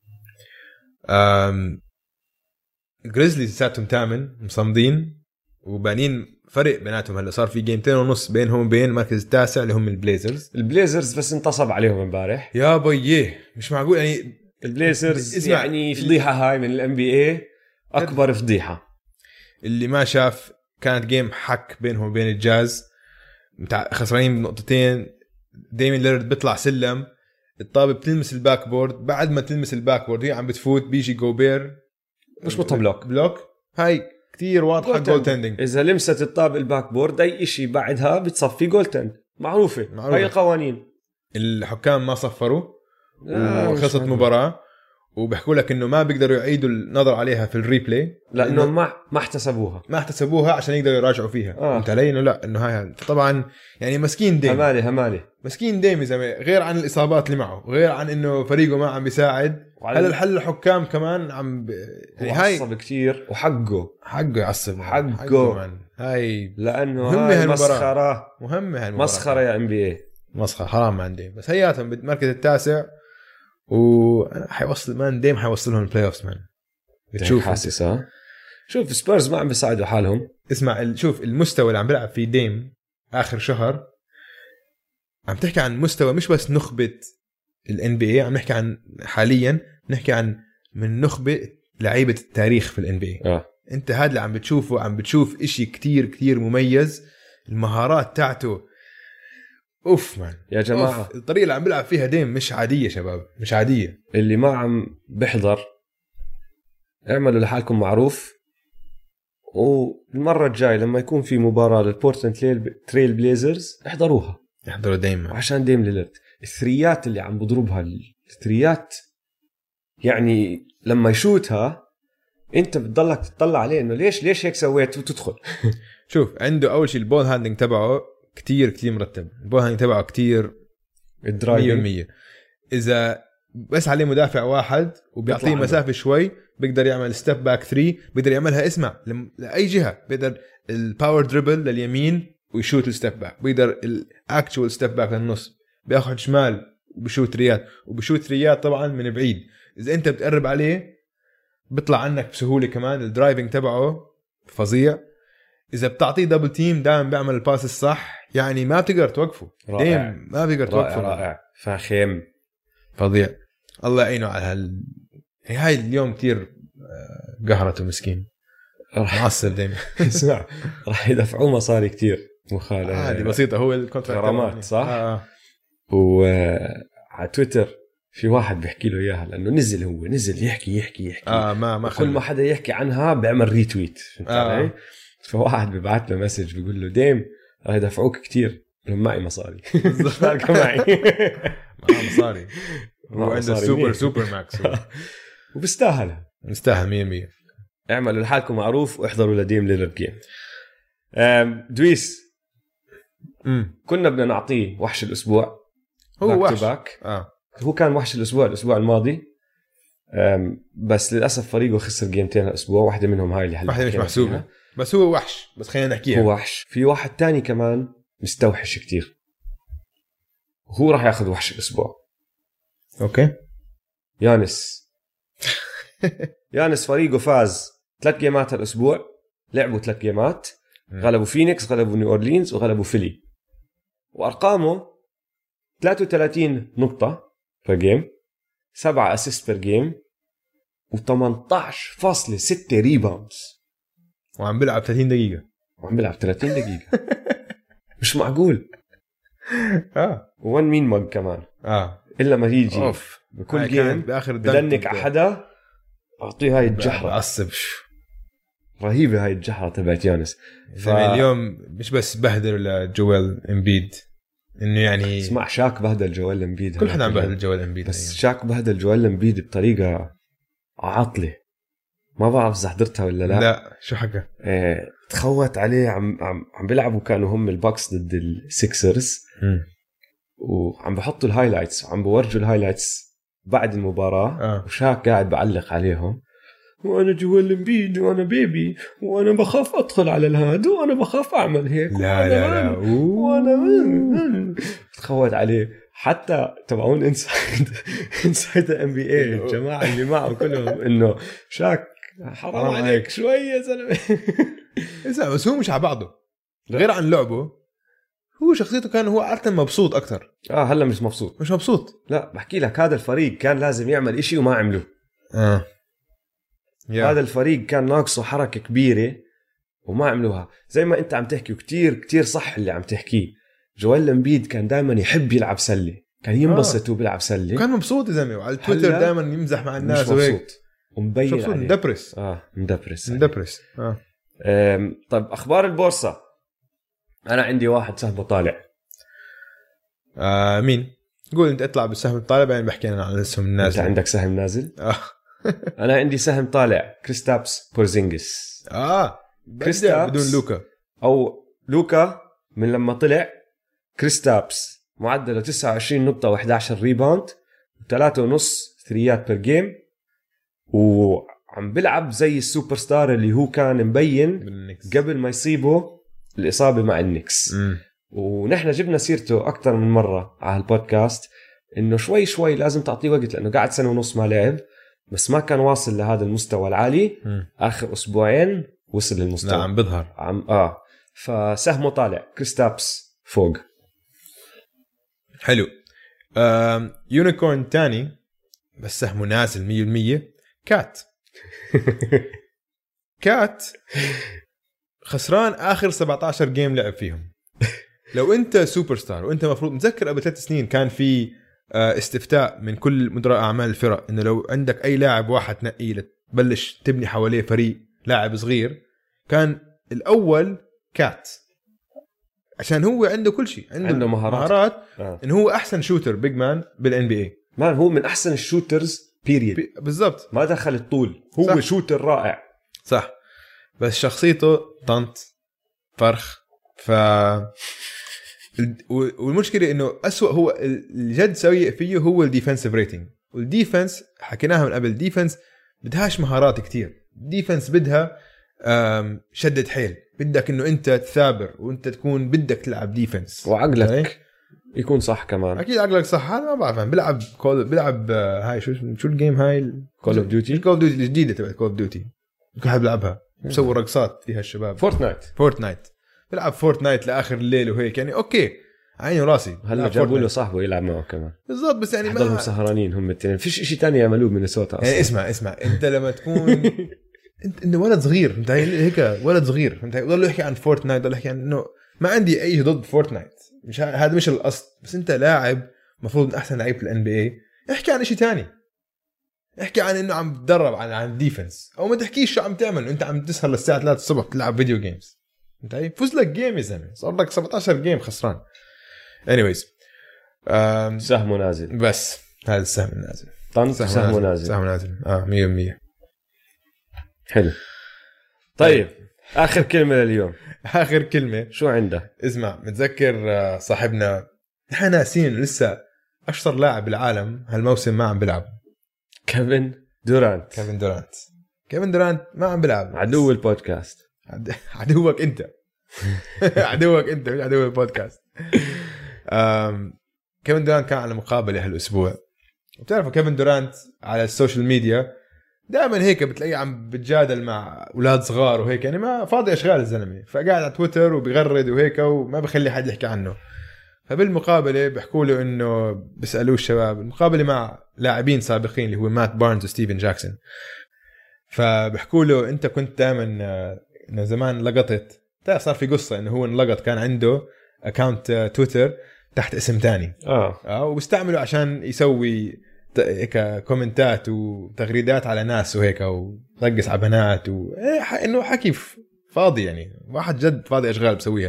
أم... جريزلي ساعتهم تامن مصمدين وبانين فرق بيناتهم. هلا صار في جيمتين ونص بينهم وبين مركز التاسع اللي هم البليزرز. البليزرز بس انتصب عليهم امبارح يا بيه، مش معقول يعني. البليزرز يعني فضيحة هاي من الام بي اي، اكبر فضيحة. اللي ما شاف كانت جيم حك بينهم وبين الجاز، متع... خسرانين بنقطتين. دايمين ليرد بيطلع سلم، الطابة بتلمس الباك بورد، بعد ما تلمس الباك بورد هي عم بتفوت، بيجي جوبير مش بطل بلوك بلوك هاي كتير واضحة. جول تندنج إذا لمست الطابة الباك بورد أي إشي بعدها بتصفي جول تند، معروفة. معروفة هاي القوانين. الحكام ما صفروا وخلصت مباراة، وبيحكوا لك إنه ما بيقدروا يعيدوا النظر عليها في الريبلاي لأنه ما ما احتسبوها ما احتسبوها عشان يقدروا يراجعوا فيها. آه. انت علي إنه لا إنه هاي طبعا يعني مسكين ديم همالي همالي مسكين ديم زي غير عن الإصابات اللي معه، غير عن إنه فريقه ما عم بيساعد. هلا الحل الحكام كمان عم ب... يعني هاي عصب كتير، وحقه حقه يعصب حقه, حقه هاي لأنه هاي مسخرة مهمة هاي مسخرة يا ام بي اي، مسخرة حرام. ما عندي بس هياتهم بالمركز التاسع وحيوصل مان ديم حيوصلهم البلاي اوفز مان. بتشوف حاسس ها شوف سبيرز ما عم بيساعدوا حالهم. اسمع شوف المستوى اللي عم بيلعب فيه ديم آخر شهر، عم تحكي عن مستوى مش بس نخبة ال إن بي إيه، عم نحكي عن حاليا نحكي عن من نخبة لعيبة التاريخ في ال إن بي إيه. آه. انت هذا اللي عم بتشوفه، عم بتشوف اشي كتير كتير مميز. المهارات تاعته اوف مان يا جماعة أوف. الطريقة اللي عم بلعب فيها ديم مش عادية شباب، مش عادية. اللي ما عم بحضر اعملوا لحالكم معروف، والمرة الجاي لما يكون في مباراة للبورتلاند تريل بليزرز احضروها، احضروا دايما عشان ديم ليلرد الثريات اللي عم بضربها، الثريات يعني لما يشوتها انت بتضلك تطلع عليه انه ليش ليش هيك سويت وتدخل. شوف عنده اول شيء البول هاندلنج تبعه كتير كتير مرتب، البول هاندلنج تبعه كتير مية بالمية. اذا بس عليه مدافع واحد وبيعطيه مسافة شوي بيقدر يعمل ستيب باك ثري، بيقدر يعملها اسمع لأي جهة، بيقدر الباور دريبل لليمين ويشوت الستيب باك، بيقدر الاكتشوال ستيب باك للنص، بياخد شمال وبشوت ريات، وبشوت ريات طبعا من بعيد. اذا انت بتقرب عليه بيطلع عنك بسهولة. كمان الدرايفنج تبعه فظيع. اذا بتعطيه دبل تيم دائما بيعمل الباس الصح، يعني ما بتقدر توقفه. ديم ما بتقدر توقفه. رائع فخم فظيع. الله يعينه على هال هاي اليوم كتير قهرته مسكين معصب دايما. اسمع راح يدفعوه مصاري كتير مخالفة عادي بسيطة، هو الكونتراكت غرامات صح. آه. وعلى تويتر في واحد بيحكي له اياها لانه نزل هو نزل يحكي يحكي يحكي آه ما ما كل ما حدا يحكي عنها بيعمل ريتويت. فهمت علي؟ فواحد بيبعت له مسج بيقول له ديم راح يدفعوك كتير. لو معي مصاري فارقة معي معه مصاري وعنده سوبر سوبر ماكس وبستاهل مستاهل مية مية. اعملوا لحالكم معروف واحضروا لديم ليلرد جيم. دويس مم. كنا بدنا نعطيه وحش الأسبوع، هو وحش آه. هو كان وحش الأسبوع الأسبوع الماضي، بس للأسف فريقه خسر جيمتين الأسبوع، واحدة منهم هاي اللي واحدة مش محسوبة، بس هو وحش. بس خلينا نحكيها، هو وحش. في واحد تاني كمان مستوحش كتير، هو راح ياخذ وحش الأسبوع. أوكي يانس يانس فريقه فاز ثلاث جيمات الأسبوع، لعبوا ثلاث جيمات، غلبوا فينيكس، غلبوا نيو أورلينز، وغلبوا فيلي، وأرقامه ثلاثة وثلاثين نقطة per جيم، سبعة أسيست per جيم، و18 فاصلة ستة ريباوندز، وعم بلعب ثلاثين دقيقة وعم بلعب ثلاثين دقيقة. مش معقول. اه وون مين مج كمان اه إلا ما يجي أوف. بكل جيم بآخر بدنك على حدا أعطيه هاي الجحرة. بعصب رهيبه هاي الجحره تبعت يانس. ف... اليوم مش بس بهدل جويل امبيد انه يعني اسمع شاك بهدل جويل امبيد، كل حدا عم بهدل جويل امبيد، بس يعني. شاك بهدل جويل امبيد بطريقه عاطله، ما بعرف اذا حضرتها ولا لا. لا شو حكى؟ اه تخوت عليه، عم عم عم بيلعبوا كانوا هم الباكس ضد السيكسرز م. وعم بحطوا الهايلايتس وعم بورجوا الهايلايتس بعد المباراه آه. وشاك قاعد بعلق عليهم، وانا جوال امبيد وانا بيبي وانا بخاف ادخل على الهاد وانا بخاف اعمل هيك لا لا لا وانا تخوت عليه. حتى تبعون انسايد انسايد ام بي اي الجماعه اللي معه كلهم انه شاك حرام عليك شوي يا زلمه. إذا بس هو مش على بعضه غير عن لعبه، هو شخصيته كان هو عادة مبسوط أكتر. اه هلا مش مبسوط، مش مبسوط. لا بحكي لك هذا الفريق كان لازم يعمل إشي وما عمله. آه. هذا الفريق كان ناقصه حركة كبيرة وما عملوها. زي ما أنت عم تحكي وكتير كتير صح اللي عم تحكيه. جويل امبيد كان دائما يحب يلعب سلة، كان ينبسط وبيلعب سلة، كان مبسوط يا زلمة، وعلى تويتر دائما يمزح مع الناس وهيك ومبين عليه مدبرس. اه مدبرس مدبرس. اه طيب أخبار البورصة. أنا عندي واحد سهمه طالع. آه مين؟ قول أنت اطلع بالسهم الطالع بعدين بحكي أنا عن السهم النازل. أنت عندك سهم نازل؟ آه. أنا عندي سهم طالع كريستابس بورزينجس. آه كريستابس بدون لوكا أو لوكا من لما طلع. كريستابس معدله تسعة وعشرين نقطة وإحدى عشر ريباوند وثلاثة ونص ثريات بير جيم، وعم بلعب زي السوبر ستار اللي هو كان مبين بالنكس قبل ما يصيبه الإصابة مع النكس. م. ونحن جبنا سيرته أكتر من مرة على البودكاست إنه شوي شوي لازم تعطيه وقت، لأنه قاعد سنة ونص ما لعب بس ما كان واصل لهذا المستوى العالي. م. آخر أسبوعين وصل للمستوى. لا عم بظهر عم آه فسهمه طالع كريستابس فوق. حلو. آه يونيكورن تاني بس سهمه نازل مية بالمية. كات كات خسران آخر سبعة عشر جيم لعب فيهم. لو أنت سوبر ستار وأنت مفروض متذكر قبل ثلاث سنين كان في استفتاء من كل مدراء أعمال الفرق إنه لو عندك أي لاعب واحد تنقيه تبلش تبني حواليه فريق لاعب صغير، كان الأول كات عشان هو عنده كل شيء، عنده, عنده مهارات, مهارات آه. إنه هو أحسن شوتر بيج مان بالإن بي إيه. مان هو من أحسن الشوترز بيريد. بالضبط، ما دخل الطول، هو صح. شوتر رائع صح، بس شخصيته طنط فرخ. ف والمشكله انه أسوأ هو الجد سيء فيه هو الديفنسيف ريتنج. والديفنس حكيناها من قبل، ديفنس بدهاش مهارات كتير، ديفنس بدها شدة حيل، بدك انه انت تثابر وانت تكون بدك تلعب ديفنس وعقلك يعني يكون صح كمان. اكيد عقلك صح. هذا ما بعرف انا بلعب كول بلعب هاي شو شو الجيم هاي كول اوف ديوتي كول اوف ديوتي الجديده تبع كول اوف ديوتي كل حد بلعبها بسوي رقصات فيها الشباب. فورتنايت فورتنايت بلعب فورتنايت لاخر الليل وهيك يعني اوكي عيني وراسي. هلا جابوا له صاحبه يلعب معه كمان بالضبط، بس يعني ما ضلهم سهرانين هم الاثنين، فيش شيء تاني يعملوه مينيسوتا اصلا. يعني اسمع اسمع انت لما تكون انت انه ولد صغير فهمت هيك، ولد صغير فهمت، ضل يحكي عن فورتنايت، ضل يحكي عن انه ما عندي اي ضد فورتنايت، مش هذا مش القصد، بس انت لاعب مفروض من احسن لعيبه الان بي اي، احكي عن شيء تاني، احكي عن انه عم تدرب عن عن الديفنس، او ما تحكيش شو عم تعمل انت عم تسهر للساعه ثلاثة الصبح تلعب فيديو جيمز. انت فوز لك جيم يا زلمه، صار لك سبعة عشر جيم خسران. anyways um, سهمه نازل، بس هذا السهم النازل. طن سهمه, سهمه نازل سهمه نازل اه مية بالمية. حلو. طيب اخر كلمه لليوم. اخر كلمه شو عنده؟ اسمع، متذكر صاحبنا نحن ناسين لسه اشطر لاعب بالعالم هالموسم ما عم بيلعب، كيفن دورانت. كيفن دورانت كيفن دورانت ما عم بيلعب. عدو البودكاست. عدوك انت عدوك انت مش عدو البودكاست. كيفن دورانت كان على مقابله هالاسبوع، وبتعرفوا كيفن دورانت على السوشيال ميديا دائما هيك بتلاقيه عم بتجادل مع اولاد صغار وهيك، يعني ما فاضي اشغال الزلمه، فقاعد على تويتر وبيغرد وهيك وما بخلي حد يحكي عنه. فبالمقابله بيحكوا له انه بيسالوه الشباب، المقابله مع لاعبين سابقين اللي هو مات بارنز وستيفن جاكسون، فبيحكوا له انت كنت دائما انه زمان لقطت، صار في قصه انه هو انلقط، كان عنده اكاونت تويتر تحت اسم تاني اه اه وبيستعمله عشان يسوي هيك كومنتات وتغريدات على ناس وهيك ورقص على بنات و انه حكي فاضي يعني واحد جد فاضي اشغال بسويها.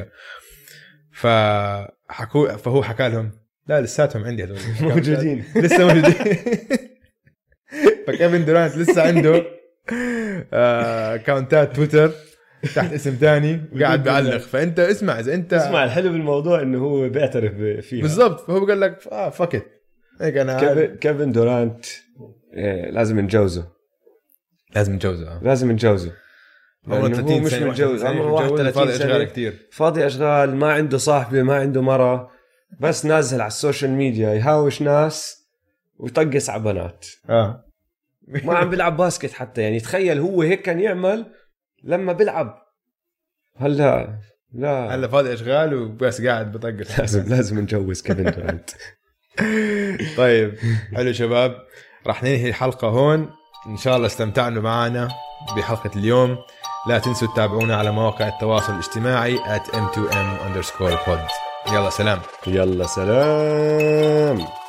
فحكوا فهو حكى لهم لا لساتهم عندي هذول موجودين لسه موجودين. فكيفن دورانت لسه عنده اكونتات تويتر تحت اسم تاني وقاعد بيعلق. فانت اسمع اذا انت اسمع الحلو بالموضوع انه هو بيعترف فيها بالضبط. فهو بقول لك اه فكت هيك انا كيفن دورانت إيه لازم نتجوزه لازم نتجوزه لازم نتجوزه عمره ثلاثين مش سنة متجوز عمره واحد وثلاثين فاضي سنة اشغال كتير فاضي اشغال ما عنده صاحبه ما عنده مرة بس نازل على السوشيال ميديا يهاوش ناس ويطقس على بنات اه ما عم بيلعب باسكت حتى يعني تخيل هو هيك كان يعمل لما بيلعب هلا لا هلا فاضي اشغال وبس قاعد بطقس. لازم لازم نتجوز كيفن دورانت. طيب حلو شباب راح ننهي الحلقة هون. ان شاء الله استمتعنا معنا بحلقة اليوم. لا تنسوا تتابعونا على مواقع التواصل الاجتماعي at m two m underscore pod. يلا سلام. يلا سلام.